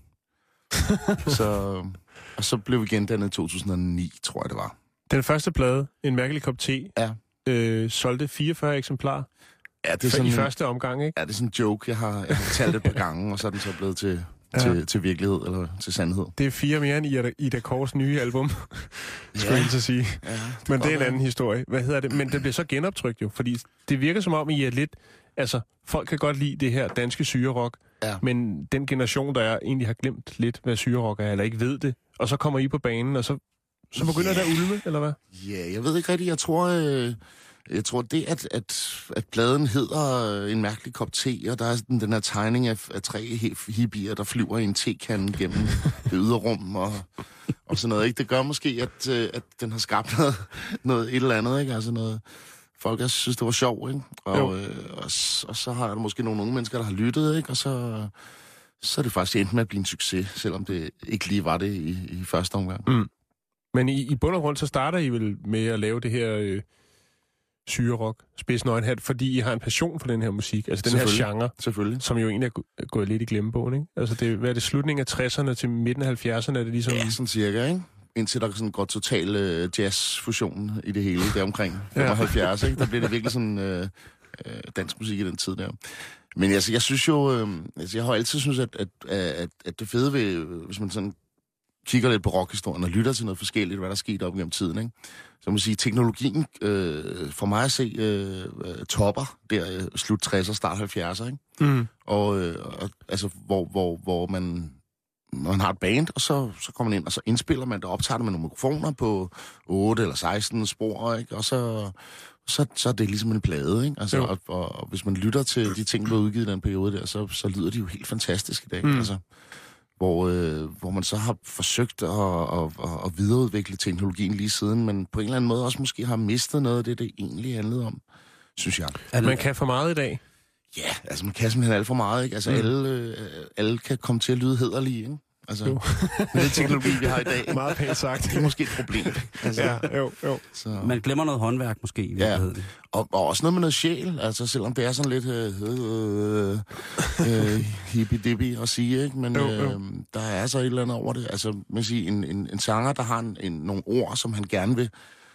så, og så blev vi gendannet i to tusind og ni, tror jeg det var. Den første plade, En mærkelig kop te, ja. øh, solgte fireogfyrre eksemplarer. Ja, det er sådan, i første omgang, ikke? Ja, det er sådan en joke, jeg har, jeg har fortalt et par gange, og så er den så blevet til ja. til, til virkelighed, eller til sandhed. Det er fire mere end Ida, Ida Kors nye album, skulle jeg så sige. Ja, det Men det er en være. anden historie. Hvad hedder det? Men det bliver så genoptrykt jo, fordi det virker som om, I er lidt... Altså, folk kan godt lide det her danske syrerock, Ja. men den generation, der er, egentlig har glemt lidt, hvad syrerock er, eller ikke ved det, og så kommer I på banen, og så, så begynder Ja. det at ulme, eller hvad? Ja, jeg ved ikke rigtigt. Jeg tror, øh, jeg tror det, at, at, at pladen hedder En mærkelig kop te, og der er sådan den her tegning af, af tre he- hippier, der flyver i en tekande gennem det ydre rum, og, og sådan noget. Ikke? Det gør måske, at, øh, at den har skabt noget, noget et eller andet, ikke? Altså noget... Folk jeg synes, det var sjovt, ikke? Og, øh, og, og så har der måske nogle unge mennesker, der har lyttet, ikke? Og så, så er det faktisk endt med at blive en succes, selvom det ikke lige var det i, i første omgang. Mm. Men i, i bund og grund, så starter I vel med at lave det her øh, syrerock, spids nøgenhat, fordi I har en passion for den her musik, altså den her genre, Selvfølgelig. som jo egentlig er gå- gået lidt i glemmebogen, ikke? Altså, det, hvad er det, slutningen af tresserne til midten af halvfjerdserne, er det ligesom... Ja, sådan cirka, ikke? Indtil der sådan går total øh, jazz-fusion i det hele, der omkring femoghalvfjerds, ikke? Der bliver det virkelig sådan øh, øh, dansk musik i den tid der. Men altså, jeg synes jo, øh, altså, jeg har altid synes at, at, at, at det fede ved, hvis man sådan kigger lidt på rockhistorien og lytter til noget forskelligt, hvad der er sket op gennem tiden, ikke? Så man sige, teknologien øh, for mig at se øh, topper der øh, slut tresserne, start halvfjerdser, ikke? Mm. Og, øh, og altså, hvor, hvor, hvor man... man har et band, og så, så kommer man ind, og så indspiller man det, optager det med nogle mikrofoner på otte eller seksten spor, ikke? Og så, så, så er det ligesom en plade, ikke? Altså, og, og, og hvis man lytter til de ting, der er udgivet i den periode der, så, så lyder de jo helt fantastisk i dag, Mm. altså. Hvor, øh, hvor man så har forsøgt at, at, at, at videreudvikle teknologien lige siden, men på en eller anden måde også måske har mistet noget af det, det egentlig handlede om, synes jeg. Man kan for meget i dag. Ja, altså man kan simpelthen alt for meget, ikke? Altså mm. alle, øh, alle kan komme til at lyde hæderlige, ikke? Altså, Jo. med den teknologi, vi har i dag. Meget pænt sagt. Det er måske et problem. Altså, Ja, jo, jo. så. Man glemmer noget håndværk måske i virkeligheden. Ja, og, og også noget med noget sjæl, altså selvom det er sådan lidt øh, øh, øh, hippie-dippie at sige, ikke? Men Jo, jo. øh, der er så et eller andet over det. Altså, man siger, en, en, en sanger, der har en, en, nogle ord, som han gerne vil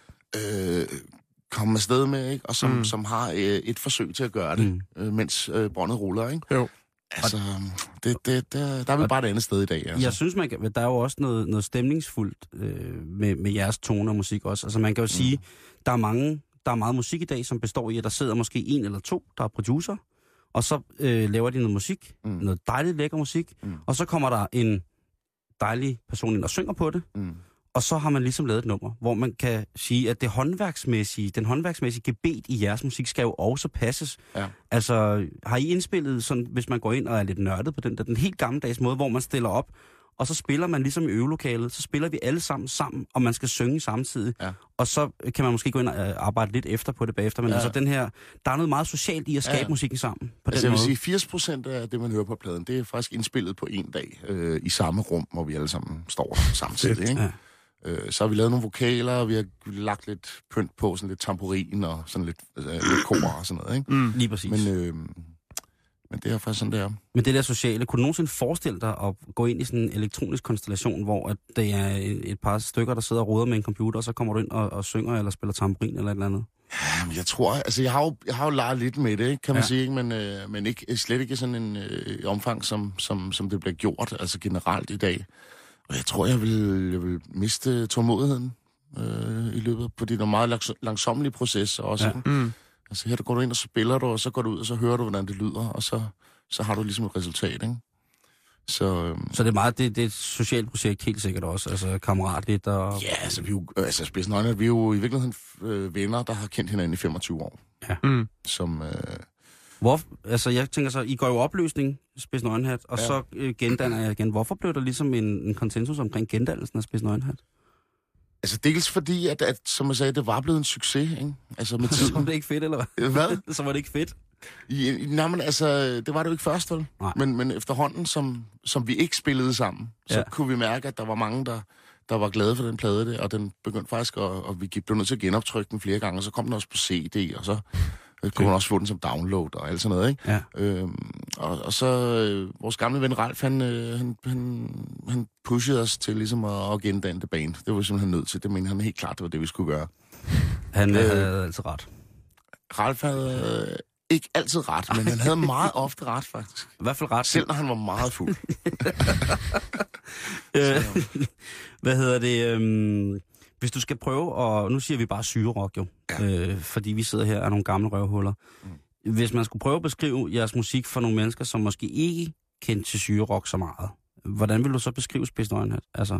øh, komme afsted med, ikke? Og som, Mm. mm. som har øh, et forsøg til at gøre det, Mm. øh, mens øh, båndet ruller, ikke? Jo. Altså, det, det, der, der er vi bare et andet sted i dag, altså. Jeg synes, man kan, der er jo også noget, noget stemningsfuldt øh, med, med jeres tone og musik også. Altså man kan jo mm. sige, der er mange, der er meget musik i dag, som består i, at der sidder måske en eller to, der er producer, og så øh, laver de noget musik, mm. noget dejligt lækker musik, mm. og så kommer der en dejlig person ind og synger på det, Mm. og så har man ligesom lavet et nummer, hvor man kan sige, at det håndværksmæssige, den håndværksmæssige gebet i jeres musik skal jo også passes. Ja. Altså, har I indspillet sådan, hvis man går ind og er lidt nørdet på den der, den helt gammeldags måde, hvor man stiller op, og så spiller man ligesom i øvelokalet, så spiller vi alle sammen sammen, og man skal synge samtidig. Ja. Og så kan man måske gå ind og øh, arbejde lidt efter på det bagefter, men Ja. altså den her, der er noget meget socialt i at skabe Ja. musikken sammen på Altså den jeg vil måde. sige, firs procent af det, man hører på pladen, det er faktisk indspillet på en dag øh, i samme rum, hvor vi alle sammen står samtidig, ikke? Ja. Øh, så har vi lavet nogle vokaler, og vi har lagt lidt pynt på, sådan lidt tamburin og sådan lidt, øh, lidt kor og sådan noget, ikke? Mm. Lige præcis. Men, Men, øh, men det er faktisk sådan, det er. men det der sociale, kunne du nogensinde forestille dig at gå ind i sådan en elektronisk konstellation, hvor at det er et, et par stykker, der sidder og roder med en computer, og så kommer du ind og, og synger eller spiller tamburin eller et eller andet? Jamen, jeg tror, altså jeg har jo, jeg har jo leget lidt med det, ikke, kan man Ja. sige, ikke? Men, øh, men ikke, slet ikke sådan en øh, omfang, som, som, som det bliver gjort, altså generelt i dag. Og jeg tror, jeg vil, jeg vil miste tålmodigheden øh, i løbet på de meget langs- langsommelige processer også. Ja. Ja. Mm. Altså her der går du ind, og så spiller du, og så går du ud, og så hører du, hvordan det lyder, og så, så har du ligesom et resultat, ikke? Så, øhm, Så det er meget, det, det er et socialt projekt helt sikkert også, altså kammeratligt og... ja, altså vi er jo, altså Spidsen og Nøgenhat, vi er jo i virkeligheden øh, venner, der har kendt hinanden i femogtyve år. Mm. Som, øh, Hvor, altså jeg tænker så, I går jo i opløsning, Spids Nøgenhat, og Ja. så øh, gendanner jeg igen. Hvorfor blev der ligesom en, en konsensus omkring gendannelsen af Spids Nøgenhat? altså dels fordi, at, at som jeg sagde, det var blevet en succes, ikke? Altså med Så var tiden. det ikke fedt, eller hvad? Hvad? Så var det ikke fedt? I, i, nej, men altså, det var det jo ikke først, vel? Nej. Men, men efterhånden, som, som vi ikke spillede sammen, så Ja. kunne vi mærke, at der var mange, der, der var glade for den plade der, og den begyndte faktisk, at, og vi blev nødt til at genoptrykke den flere gange, og så kom den også på C D, og så øh, kunne man også få den som download og alt sådan noget, ikke? Ja. Øhm, og, og så øh, vores gamle ven Ralf, han, øh, han, han, han pushede os til ligesom at, at gendanne det band. Det var vi simpelthen nødt til. Det mente han helt klart, det var det, vi skulle gøre. Han øh, Øh. havde altid ret. Ralf havde, ikke altid ret, men han havde meget ofte ret, faktisk. I hvert fald ret. Selv når han var meget fuld. øh, hvad hedder det? Øhm, hvis du skal prøve, og nu siger vi bare syrerock jo, ja. øh, fordi vi sidder her af nogle gamle røvhuller. Mm. Hvis man skulle prøve at beskrive jeres musik for nogle mennesker, som måske ikke kendte til syrerock så meget, hvordan vil du så beskrive Spidsnøgenhat? Altså...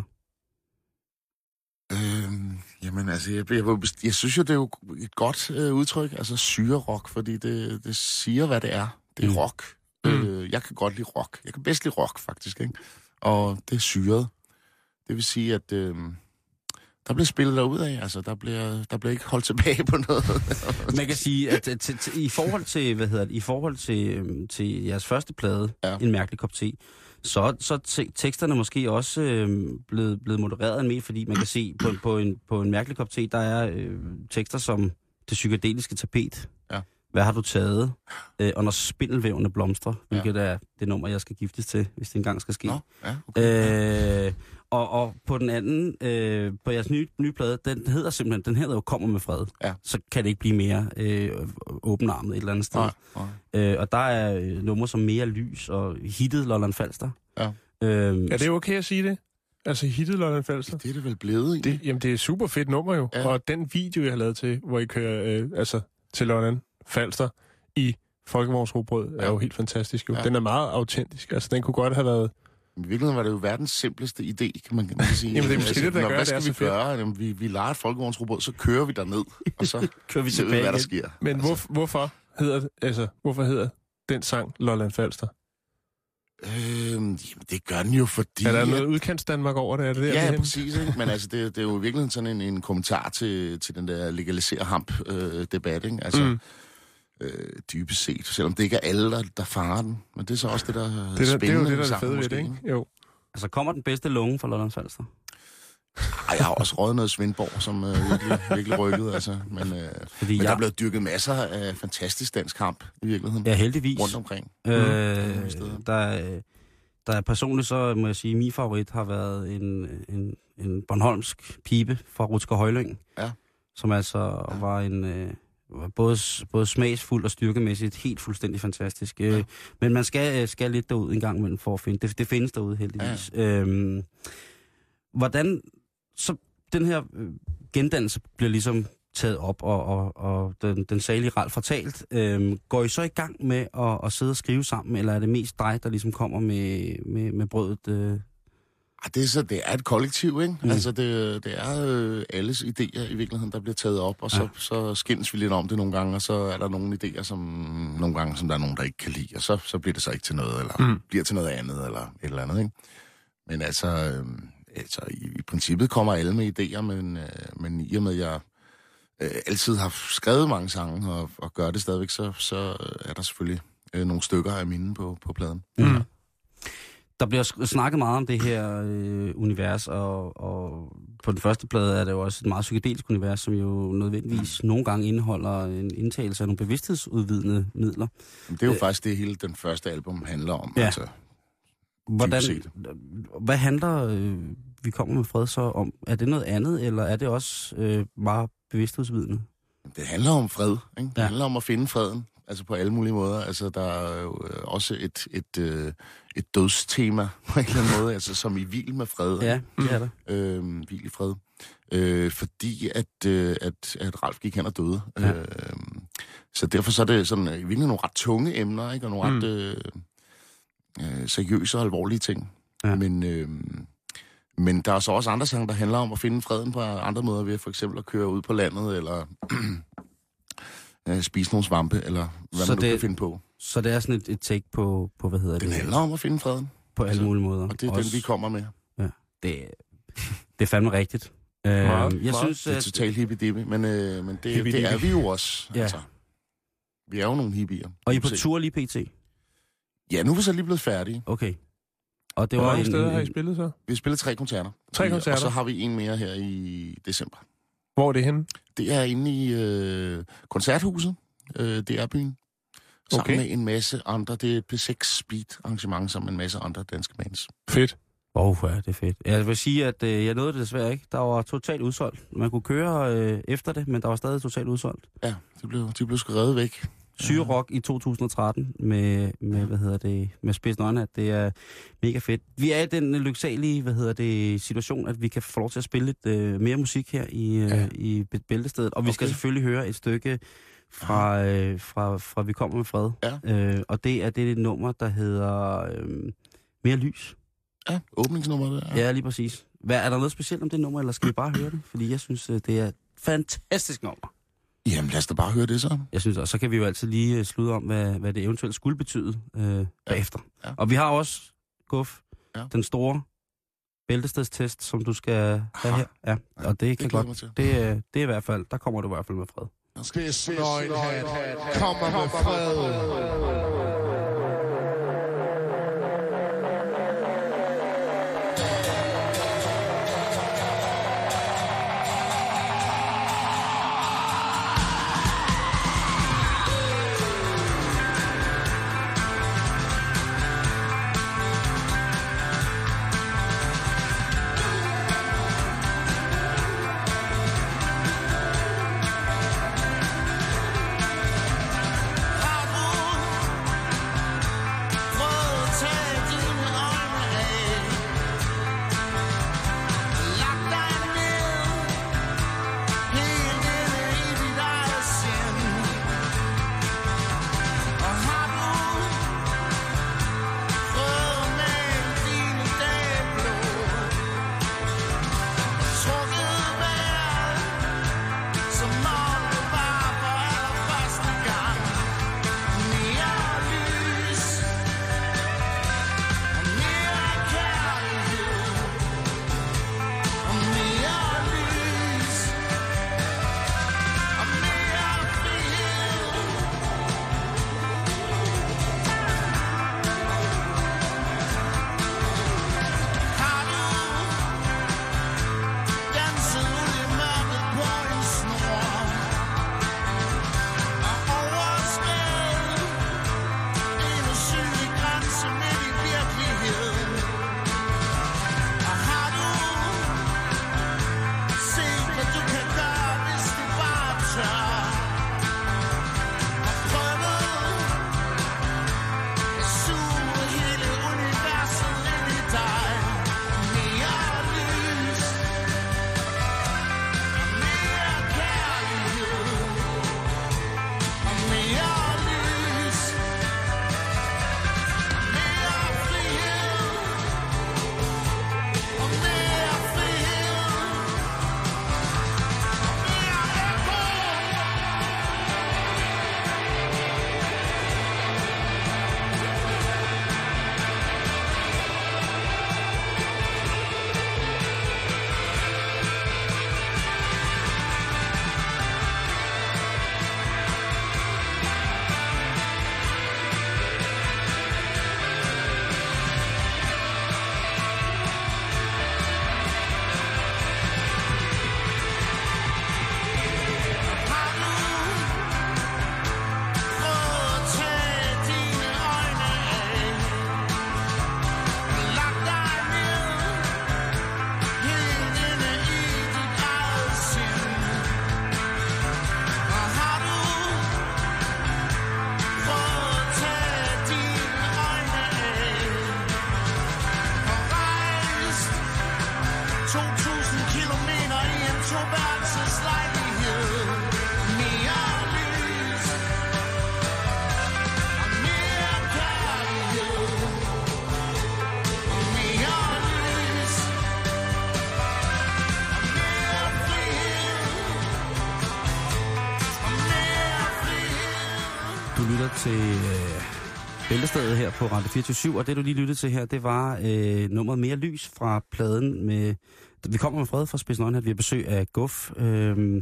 Øhm, jamen altså, jeg, jeg, jeg, jeg synes jo, det er jo et godt øh, udtryk, altså syrerock, fordi det, det siger, hvad det er. Det er mm. rock. Mm. Øh, jeg kan godt lide rock. Jeg kan bedst lide rock, faktisk, ikke? Og det er syret. Det vil sige, at øh, der bliver spillet derud af, altså der bliver, der bliver ikke holdt tilbage på noget. Man kan sige, at t- t- i forhold til, hvad hedder det, i forhold til, øhm, til jeres første plade, ja. En mærkelig kop te, så så te- teksterne måske også øh, blevet, blevet modereret en mere, fordi man kan se på, på, en, på en mærkelig kop te, der er øh, tekster som det psykedeliske tapet. Ja. Hvad har du taget? Øh, og når spindelvævene blomstrer, hvilket ja. Er det nummer, jeg skal giftes til, hvis det engang skal ske. Nå, ja, okay. øh, og, og på den anden, øh, på jeres nye, nye plade, den hedder simpelthen, den hedder jo Kommer med fred. Ja. Så kan det ikke blive mere øh, åbenarmet et eller andet sted. Nej, nej. Øh, og der er øh, numre som Mere Lys og hittet Lolland Falster. Ja. Øhm, er det okay at sige det? Altså hittet Lolland Falster? Det er det vel blevet, det, jamen det er et super fedt nummer jo. Ja. Og den video, jeg har lavet til, hvor I kører øh, altså, til Lolland Falster i Folkevognsrugbrød, ja. Er jo helt fantastisk. Jo. Ja. Den er meget autentisk. Altså den kunne godt have været... I virkeligheden var det jo verdens simpleste idé, kan man, kan man sige. Jamen det er måske altså, det, der når, gør hvad det er skal så vi gøre? Jamen, vi, vi leger et folkevognsrobot, så kører vi derned, og så kører vi ser vi, hvad der sker. Men altså. hvor, hvorfor, hedder, altså, hvorfor hedder den sang Lolland Falster? Øhm, det gør den jo, fordi... Er der noget udkants-Danmark over det? Er det der, ja, ja, præcis. Ikke? Men altså, det, det er jo i virkeligheden sådan en, en kommentar til, til den der legalisere-hamp-debat, ikke? Altså... Mm. Øh, dybest set, selvom det ikke er alle, der, der farer den. Men det er så også det, der er det, der, spændende. Det er jo det, der er fede ved det, ikke? Jo. Altså, kommer den bedste lunge fra Lolland Falster? Ej, jeg har også røget noget Svendborg, som øh, virkelig, virkelig rykkede, altså. Men, øh, men jeg... der er blevet dyrket masser af fantastisk dansk kamp, i virkeligheden. Ja, heldigvis. Rundt omkring. Øh, mm. der, der er personligt, så må jeg sige, min favorit har været en, en, en bornholmsk pibe fra Rutsker Højlyng. Ja. Som altså ja. Var en... Øh, Både, både smagsfuldt og styrkemæssigt helt fuldstændig fantastisk. Ja. Men man skal, skal lidt derud en gang imellem for at finde det. Det findes derude heldigvis. Ja. Øhm, hvordan så den her gendannelse bliver ligesom taget op, og, og, og den, den salige Ralf fortalt. Øhm, går I så i gang med at, at sidde og skrive sammen, eller er det mest dig, der ligesom kommer med, med, med brødet? Øh? Det er, så, det er et kollektiv, ikke? Mm. Altså, det, det er øh, alles idéer i virkeligheden, der bliver taget op, og så, ja. så skændes vi lidt om det nogle gange, og så er der nogle idéer, som nogle gange, som der er nogen, der ikke kan lide, og så, så bliver det så ikke til noget, eller mm. bliver til noget andet, eller et eller andet, ikke? Men altså, øh, altså i, i princippet kommer alle med idéer, men, øh, men i og med, at jeg øh, altid har skrevet mange sange, og, og gør det stadigvæk, så, så er der selvfølgelig øh, nogle stykker af mine på, på pladen. Mm. Der bliver snakket meget om det her øh, univers, og, og på den første plade er det jo også et meget psykedelisk univers, som jo nødvendigvis nogle gange indeholder en indtagelse af nogle bevidsthedsudvidende midler. Det er jo øh, faktisk det, hele den første album handler om. Ja. Altså, Hvordan, hvad handler øh, Vi kommer med fred så om? Er det noget andet, eller er det også øh, meget bevidsthedsudvidende? Det handler om fred, ikke? Det ja. handler om at finde freden. Altså på alle mulige måder. Altså der er jo også et, et, et, et dødstema på en eller anden måde, altså som i hvil med fred. Ja, det er der. Øhm, hvil i fred. Øh, fordi at, at, at Ralf gik hen og døde. Ja. Øh, så derfor så er det sådan virkelig nogle ret tunge emner, ikke? Og nogle mm. ret øh, seriøse og alvorlige ting. Ja. Men, øh, men der er så også andre sange, der handler om at finde freden på andre måder, ved for eksempel at køre ud på landet, eller spise nogle svampe, eller hvad så man nu det, kan finde på. Så det er sådan et, et take på, på, hvad hedder den det? Den handler om at finde freden. På alle altså, mulige måder. Og det er også den, vi kommer med. Ja, det, det er fandme rigtigt. Meget, uh, jeg meget. synes, det er totalt hippie-dippie, men, øh, men det, det er vi jo også. Ja. Altså. Vi er jo nogle hippier. Og I er på tur lige pt? Ja, nu er vi så lige blevet færdige. Okay. Og det Hvor var mange en, steder en, har I spillet så? Vi har spillet tre koncerter. Tre koncerter? Og så har vi en mere her i december. Hvor er det henne? Det er inde i øh, Koncerthuset. Øh, det er byen. Sammen okay. med en masse andre. Det er et P seks Speed arrangement sammen med en masse andre danske bands. Fedt. Åh, oh, ja, det er fedt. Jeg vil sige, at øh, jeg nåede det desværre ikke. Der var totalt udsolgt. Man kunne køre øh, efter det, men der var stadig totalt udsolgt. Ja, de blev, de blev sgu revet væk. Syrerock i to tusind og tretten med, med hvad hedder det, med Spids Nøgenhat. Det er mega fedt. Vi er i den lyksalige, hvad hedder det, situation, at vi kan få lov til at spille lidt øh, mere musik her i, øh, ja. i Bæltestedet. Og vi okay. skal selvfølgelig høre et stykke fra, øh, fra, fra Vi kommer med fred. Ja. Øh, og det er det nummer, der hedder øh, Mere lys. Ja, åbningsnummeret. Ja. ja, lige præcis. Hvad, er der noget specielt om det nummer, eller skal vi bare høre det? Fordi jeg synes, det er et fantastisk nummer. Jamen, lad os da bare høre det så. Jeg synes også, så kan vi jo altid lige slutte om, hvad, hvad det eventuelt skulle betyde øh, ja. bagefter. Ja. Og vi har også, Guf, ja. den store bæltestedstest, som du skal have her. Ja, ja og det, det kan godt. Det, det er i hvert fald, der kommer du i hvert fald med fred. Spids Nøgenhat kommer med fred. til øh, Bæltestedet her på Radio fireogtyve syv, og det du lige lyttede til her, det var øh, nummeret Mere lys fra pladen med... Vi kommer med fred fra Spids Nøgenhat, vi har besøg af Guf, øh,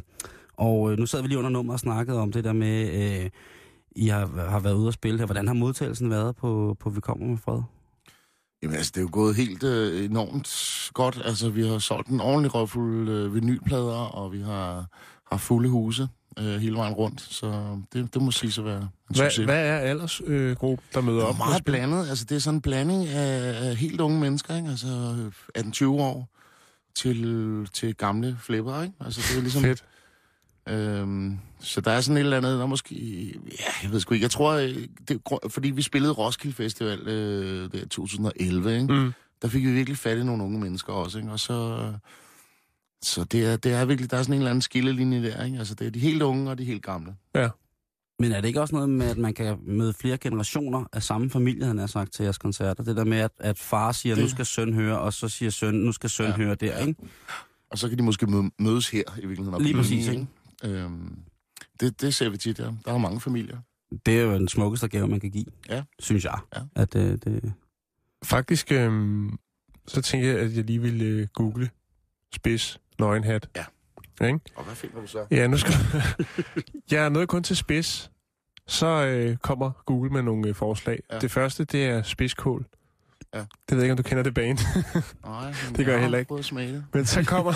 og nu sad vi lige under nummer og snakkede om det der med, øh, I har, har været ude og spille her. Hvordan har modtagelsen været på, på Vi kommer med fred? Jamen altså, det er jo gået helt øh, enormt godt. Altså, vi har solgt en ordentlig røvfuld øh, vinylplader, og vi har har fulde huse øh, hele vejen rundt, så det, det må sige så være en hvad, succes. Hvad er aldersgruppe, øh, der møder op? Det er meget blandet. Altså, det er sådan en blanding af, af helt unge mennesker, ikke? Altså atten tyve år til, til gamle flipper, ikke? Altså, det er ligesom... Fedt. Øhm, så der er sådan et eller andet, der måske... Ja, jeg ved sgu ikke. Jeg tror, øh, det, fordi vi spillede Roskilde Festival øh, der to tusind og elleve, ikke? Mm. Der fik vi virkelig fat i nogle unge mennesker også, ikke? Og så... Så det er, det er virkelig... Der er sådan en eller anden skillelinje der, ikke? Altså, det er de helt unge og de helt gamle. Ja. Men er det ikke også noget med, at man kan møde flere generationer af samme familie, han har sagt til jeres koncerter? Det der med, at, at far siger, det... nu skal søn høre, og så siger søn, nu skal søn ja, høre der, ja. ikke? Og så kan de måske mødes her i virkeligheden. Lige præcis, ikke? Øhm, det, det ser vi tit, ja. Der er mange familier. Det er jo den smukkeste gave, man kan give, ja. synes jeg. Ja. At, øh, det... Faktisk, øh, så tænker jeg, at jeg lige vil øh, google spids nøgenhat. Ja. Ikke? Og hvad finder du så? Ja, nu skal jeg er nået kun til spids. Så øh, kommer Google med nogle øh, forslag. Ja. Det første, det er spidskål. Ja. Det ved jeg ikke, om du kender det bane. Nej, det gør jeg heller ikke. Men så kommer,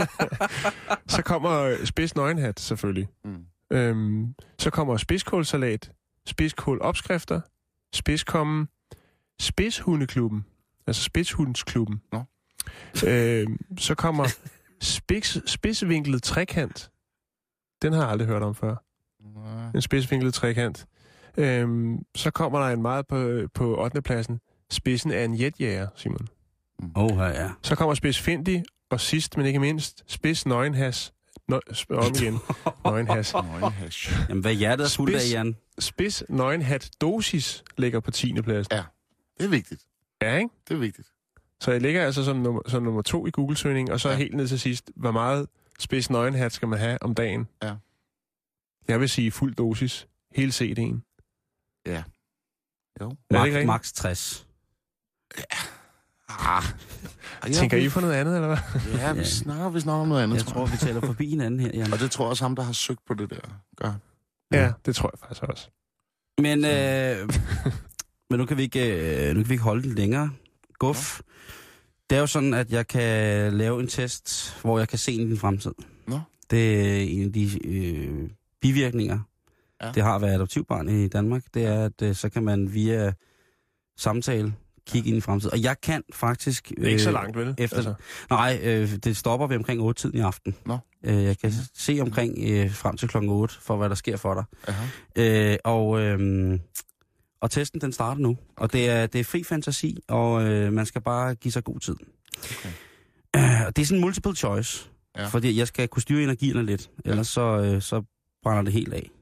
så kommer spids nøgenhat, selvfølgelig. Mm. Øhm, så kommer spidskålsalat, spidskålopskrifter, spidskommen, spidshundeklubben, altså spidshundsklubben. Nå. Øhm, så kommer spids, spidsvinklet trekant. Den har jeg aldrig hørt om før. Nej. En spidsvinklet trekant. Øhm, så kommer der en meget på, på ottende pladsen. Spidsen af en jetjæger, Simon. Åh, oh, ja. Så kommer spids findig, og sidst, men ikke mindst, spids nøgenhas. Nø, om igen. Nøgenhas. Nøgenhas. Jamen, hvad hjertet er fuldt af, Jan? Spids nøgenhat dosis ligger på tiende pladsen. Ja, det er vigtigt. Ja, ikke? Det er vigtigt. Så jeg ligger altså som nummer, som nummer to i Google-søgning, og så ja. helt ned til sidst, hvor meget spids nøgenhat skal man have om dagen? Ja. Jeg vil sige fuld dosis. Hele C D'en. Ja. Jo. Max, max tres. Ja. Ah. Tænker I på noget andet, eller hvad? Ja, vi snakker, vi snakker om noget andet. Jeg tror, vi taler forbi hinanden her, Jan. Og det tror jeg også ham, der har søgt på det der. Gør. Ja, det tror jeg faktisk også. Men, øh, men nu, kan vi ikke, øh, nu kan vi ikke holde den længere. Guf. Ja. Det er jo sådan, at jeg kan lave en test, hvor jeg kan se ind i din fremtid. Nå. Det er en af de øh, bivirkninger, ja. det har at være adoptivbarn i Danmark. Det er, at øh, så kan man via samtale kigge ind i fremtiden. Og jeg kan faktisk... Øh, det er ikke så langt, vel? Efter, altså. Nej, øh, det stopper ved omkring otte tiden i aften. Nå. Øh, jeg kan ja. se omkring øh, frem til klokken otte, for hvad der sker for dig. Øh, og, øh, og testen, den starter nu. Okay. Og det er, det er fri fantasi, og øh, man skal bare give sig god tid. Okay. Øh, det er sådan en multiple choice, ja. fordi jeg skal kunne styre energierne lidt, ellers så, øh, så brænder det helt af.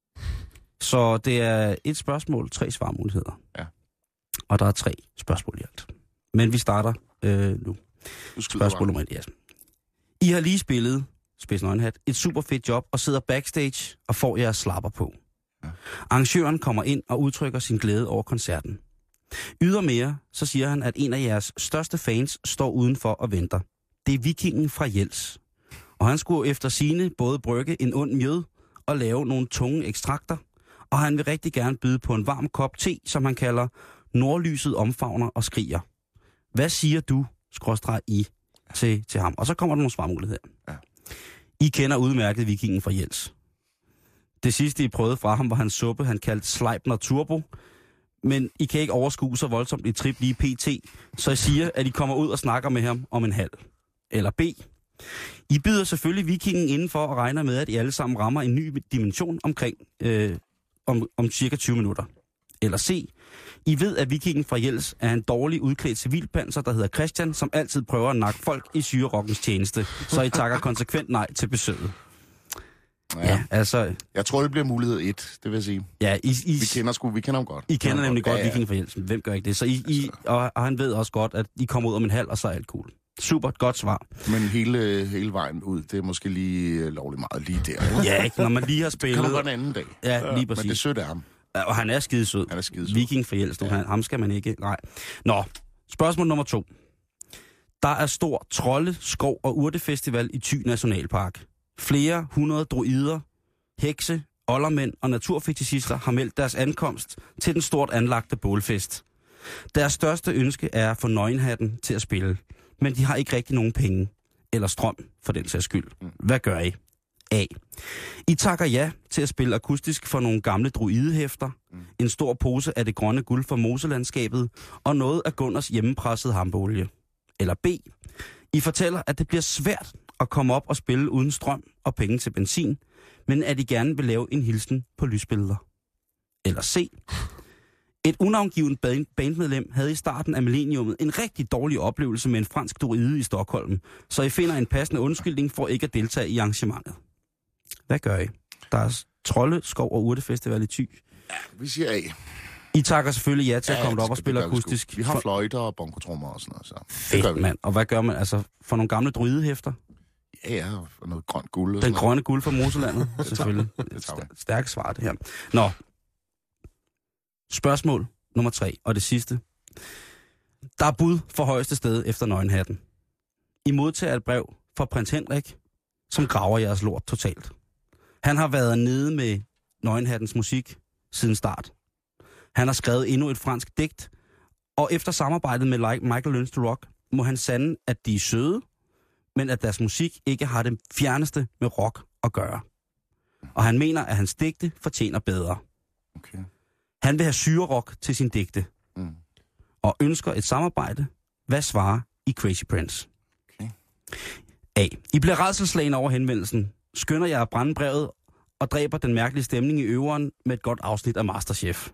Så det er et spørgsmål, tre svarmuligheder. Ja. Og der er tre spørgsmål i alt. Men vi starter øh, nu. Spørgsmål nummer et, ja. I har lige spillet, Spids Nøgenhat, et super fedt job og sidder backstage og får jeres slapper på. Ja. Arrangøren kommer ind og udtrykker sin glæde over koncerten. Ydermere, så siger han, at en af jeres største fans står udenfor og venter. Det er vikingen fra Jels. Og han skulle efter sigende både brygge en ond mjød og lave nogle tunge ekstrakter. Og han vil rigtig gerne byde på en varm kop te, som han kalder Nordlyset omfavner og skriger. Hvad siger du, skråstreg I, til, til ham? Og så kommer der nogle svarmuligheder. Ja. I kender udmærket vikingen fra Jels. Det sidste, I prøvede fra ham, var hans suppe, han kaldte Sleipner Turbo. Men I kan ikke overskue så voldsomt i trip lige pt. Så I siger, at I kommer ud og snakker med ham om en halv. Eller B. I byder selvfølgelig vikingen indenfor og regner med, at I alle sammen rammer en ny dimension omkring øh, om, om cirka tyve minutter. Eller C. I ved, at vikingen fra Jels er en dårlig udklædt civilpanser, der hedder Christian, som altid prøver at nakke folk i syrerockens tjeneste. Så I takker konsekvent nej til besøget. Ja, ja, altså... Jeg tror, det bliver mulighed et, det vil jeg sige. Ja, I, I, vi kender sgu, vi kender ham godt. I kender nemlig godt, godt ja, ja. vikingen fra Jels. Hvem gør ikke det? Så I, I, og, og han ved også godt, at I kommer ud om en halv, og så er alt cool. Super, godt svar. Men hele, hele vejen ud, det er måske lige lovligt meget lige der. Eller? Ja, ikke? Når man lige har spillet... Det kommer en anden dag. Ja, lige præcis. Men det er sødt af ham. Og han er skidesød. Han er skidesød. Viking fra Jels, ja. han, ham skal man ikke... Nej. Nå, spørgsmål nummer to. Der er stor trolde, skov og urtefestival i Thy Nationalpark. Flere hundrede druider, hekse, oldermænd og naturfetishister har meldt deres ankomst til den stort anlagte bålfest. Deres største ønske er at få nøgenhatten til at spille, men de har ikke rigtig nogen penge. Eller strøm, for den sags skyld. Hvad gør I? A. I takker ja til at spille akustisk for nogle gamle druidehæfter, mm. en stor pose af det grønne guld fra moselandskabet og noget af Gunners hjemmepressede hampolie. Eller B. I fortæller, at det bliver svært at komme op og spille uden strøm og penge til benzin, men at de gerne vil lave en hilsen på lysbilleder. Eller C. Et unavngivet bandmedlem havde i starten af millenniummet en rigtig dårlig oplevelse med en fransk druide i Stockholm, så I finder en passende undskyldning for ikke at deltage i arrangementet. Hvad gør I? Der er Trolde, Skov og Urtefestival i Thy. Ja, vi siger A. I takker selvfølgelig ja til at Ja, komme op og det spille gør vi akustisk. sgu. Vi har For- fløjter og bongotrummer og sådan noget. Så. Det Fedt, gør vi. mand. Og hvad gør man? Altså, for nogle gamle druidehæfter? Ja, ja, og noget grønt guld. Og Den sådan grønne guld fra Moselandet, selvfølgelig. Det tager vi. Stær- Stærkt svar, det her. Nå. Spørgsmål nummer tre, og det sidste. Der er bud for højeste sted efter nøgenhatten. I modtager et brev fra prins Henrik, som graver jeres lort totalt. Han har været nede med nøgenhattens musik siden start. Han har skrevet endnu et fransk digt, og efter samarbejdet med Michael Learns to Rock, må han sande, at de er søde, men at deres musik ikke har det fjerneste med rock at gøre. Og han mener, at hans digte fortjener bedre. Okay. Han vil have syrerock til sin digte, Mm. og ønsker et samarbejde. Hvad svarer I Crazy Prince? Okay. A. I bliver rædselsslagen over henvendelsen, skynder jeg at brænde brevet og dræber den mærkelige stemning i øveren med et godt afsnit af Masterchef.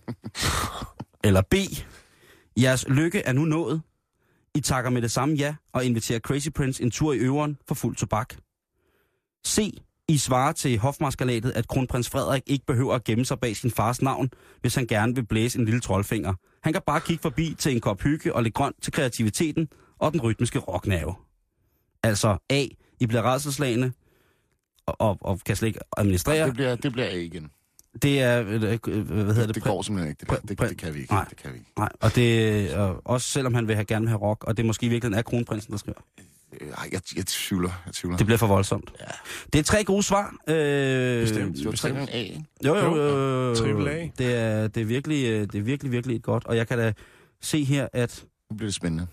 Eller B. Jeres lykke er nu nået. I takker med det samme ja og inviterer Crazy Prince en tur i øveren for fuld tobak. C. I svarer til hofmaskalatet, at kronprins Frederik ikke behøver at gemme sig bag sin fars navn, hvis han gerne vil blæse en lille troldfinger. Han kan bare kigge forbi til en kop hygge og lidt grønt til kreativiteten og den rytmiske rocknerve. Altså A. I bliver rædselsslagende og, og, og kan slet ikke administrere. Det bliver, det bliver A igen. Det er, øh, hvad hedder det? Det, det går simpelthen ikke. Det, der. det, præ- det kan vi ikke. Nej. Det kan vi ikke. Nej, og det og også selvom han vil have, gerne vil have rock, og det måske virkelig er kronprinsen, der skriver. Øh, Jeg, jeg tvivler. Jeg tvivler. Det bliver for voldsomt. Ja. Det er tre gode svar. Øh, Bestemt. Det var tre gange A, ikke? Jo, jo, Jo, jo. triple A. Det er, det, er virkelig, øh, det er virkelig, virkelig et godt. Og jeg kan da se her, at, Nu bliver det spændende.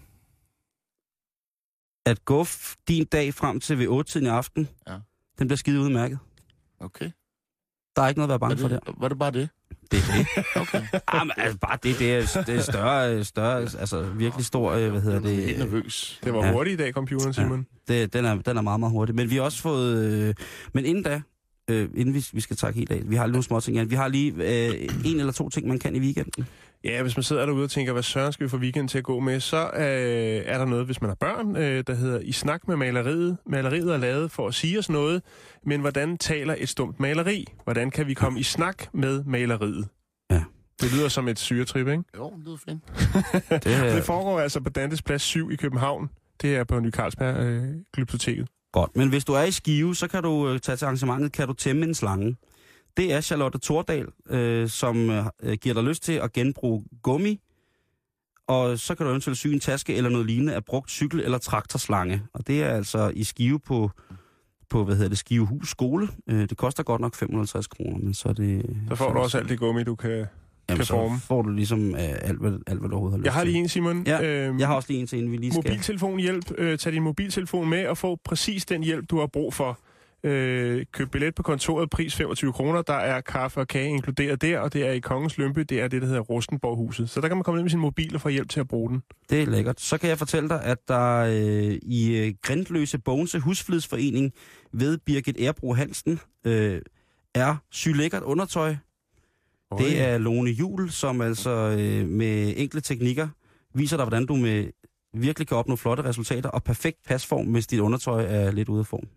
at gå f- din dag frem til ved otte-tiden i aften, Ja. den bliver skide udmærket. Okay. Der er ikke noget at være bange Var for der. det, var det bare det? Det er det. Okay. Ah, men, altså, bare det, det er, det er større, større, altså virkelig stor, øh, hvad hedder Jeg er helt det? nervøs. Det var Ja. hurtigt i dag, computeren, Simon. det den, er, den er meget, meget hurtig. Men vi har også fået, øh, men inden da, øh, inden vi, vi skal takke helt af, vi har lige nogle små ting igen. Vi har lige øh, en eller to ting, man kan i weekenden. Ja, hvis man sidder derude og tænker, hvad søren skal vi få weekenden til at gå med, så øh, er der noget, hvis man har børn, øh, der hedder I snak med maleriet. Maleriet er lavet for at sige os noget, men hvordan taler et stumt maleri? Hvordan kan vi komme i snak med maleriet? Ja. Det lyder som et syretrip, ikke? Jo, det lyder fint. Det er Det foregår altså på Dantes Plads syv i København. Det er på Ny Carlsberg øh, Glyptoteket. godt. Men hvis du er i Skive, så kan du øh, tage til arrangementet, kan du tæmme en slange. Det er Charlotte Tordal, øh, som øh, giver dig lyst til at genbruge gummi, og så kan du eventuelt sy en taske eller noget lignende af brugt cykel- eller traktorslange. Og det er altså i Skive på, på hvad hedder det, Skivehus skole. Øh, det koster godt nok fem hundrede og halvtreds kroner, men så er det... Så får du også alt det gummi, du kan, Jamen, kan så forme. får du ligesom øh, alt, hvad, alt, hvad du overhovedet har lyst Jeg har til. lige en, Simon. Ja, Øhm, Jeg har også lige en til, inden vi lige skal... Mobiltelefonhjælp. Øh, tag din mobiltelefon med og få præcis den hjælp, du har brug for. Øh, køb billet på kontoret, pris femogtyve kroner. Der er kaffe og kage inkluderet der, og det er i Kongens Lyngby. Det er det, der hedder Rustenborghuset. Så der kan man komme ned med sin mobil og få hjælp til at bruge den. Det er lækkert. Så kan jeg fortælle dig, at der øh, i øh, Grindløse Bogense Husflidsforening ved Birgit Erbro Hansen øh, er sylækkert undertøj. Oj. Det er Lone Juhl, som altså øh, med enkle teknikker viser dig, hvordan du med virkelig kan opnå flotte resultater og perfekt pasform, hvis dit undertøj er lidt ude af form.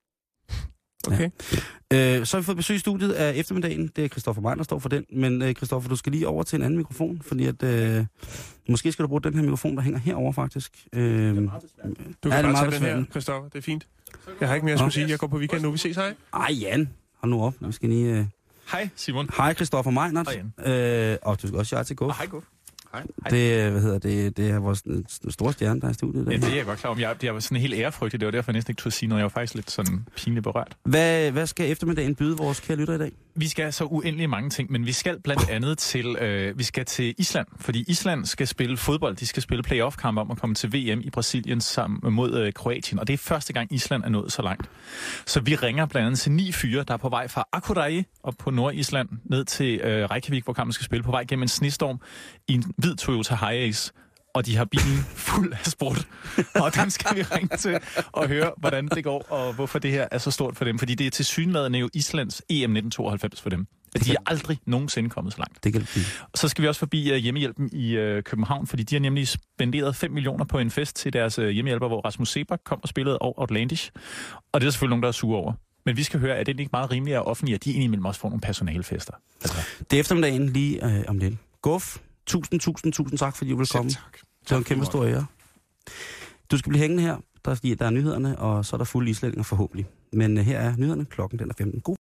Okay. Øh, så har vi fået besøg i studiet af eftermiddagen. Det er Christoffer Meyn, der står for den. Men øh, Christoffer, du skal lige over til en anden mikrofon, fordi at øh, måske skal du bruge den her mikrofon, der hænger herover faktisk. Øh, Du Ja, kan det er bare meget tage den her, besværligt. Christoffer. Det er fint. Jeg har ikke mere at skulle sige. Jeg går på weekend nu. Vi ses, hej. Ej, Jan. Hold nu op. Vi skal lige... Øh... Hej Simon. Hej, Christoffer Meynert. Hej, Øh, og du skal også sige til Guf. Og hej Guf. Det, øh, hvad hedder det, det er vores øh, store stjerne, der er i studiet. Ja, Der. det er jeg godt klar om. Jeg, jeg var sådan helt ærefrygtig. Det var derfor, jeg næsten ikke turde sige noget. Jeg var faktisk lidt sådan pinligt berørt. Hvad, hvad skal eftermiddagen byde vores kære lytter i dag? Vi skal så uendelig mange ting, men vi skal blandt andet til, øh, vi skal til Island. Fordi Island skal spille fodbold. De skal spille playoff-kamp om at komme til V M i Brasilien sammen mod øh, Kroatien. Og det er første gang, Island er nået så langt. Så vi ringer blandt andet til ni fyre, der er på vej fra Akureyri op på Nordisland ned til øh, Reykjavik, hvor kampen skal spille, på vej gennem en snestorm i en hvid Toyota Hiace. og de har bilen fuld af sprut. Og dem skal vi ringe til og høre, hvordan det går, og hvorfor det her er så stort for dem. Fordi det er tilsyneladende jo Islands E M nitten tooghalvfems for dem. De er aldrig nogensinde kommet så langt. Det kan det. Og så skal vi også forbi uh, hjemmehjælpen i uh, København, fordi de har nemlig spenderet fem millioner på en fest til deres uh, hjemmehjælper, hvor Rasmus Seebach kom og spillede over Outlandish. Og det er selvfølgelig nogen, der er sure over. Men vi skal høre, at det ikke meget rimeligt og offentligt, at de indimellem også får nogle personalefester. Altså. Det er eftermiddagen lige øh, om lidt. Guf, tusind, tusind, tusind tak, fordi du vil komme. Tak. Det var en kæmpe stor ære. Du skal blive hængende her, der, fordi der er nyhederne, og så er der fulde islændinge forhåbentlig. Men uh, her er nyhederne. Klokken den er femten. God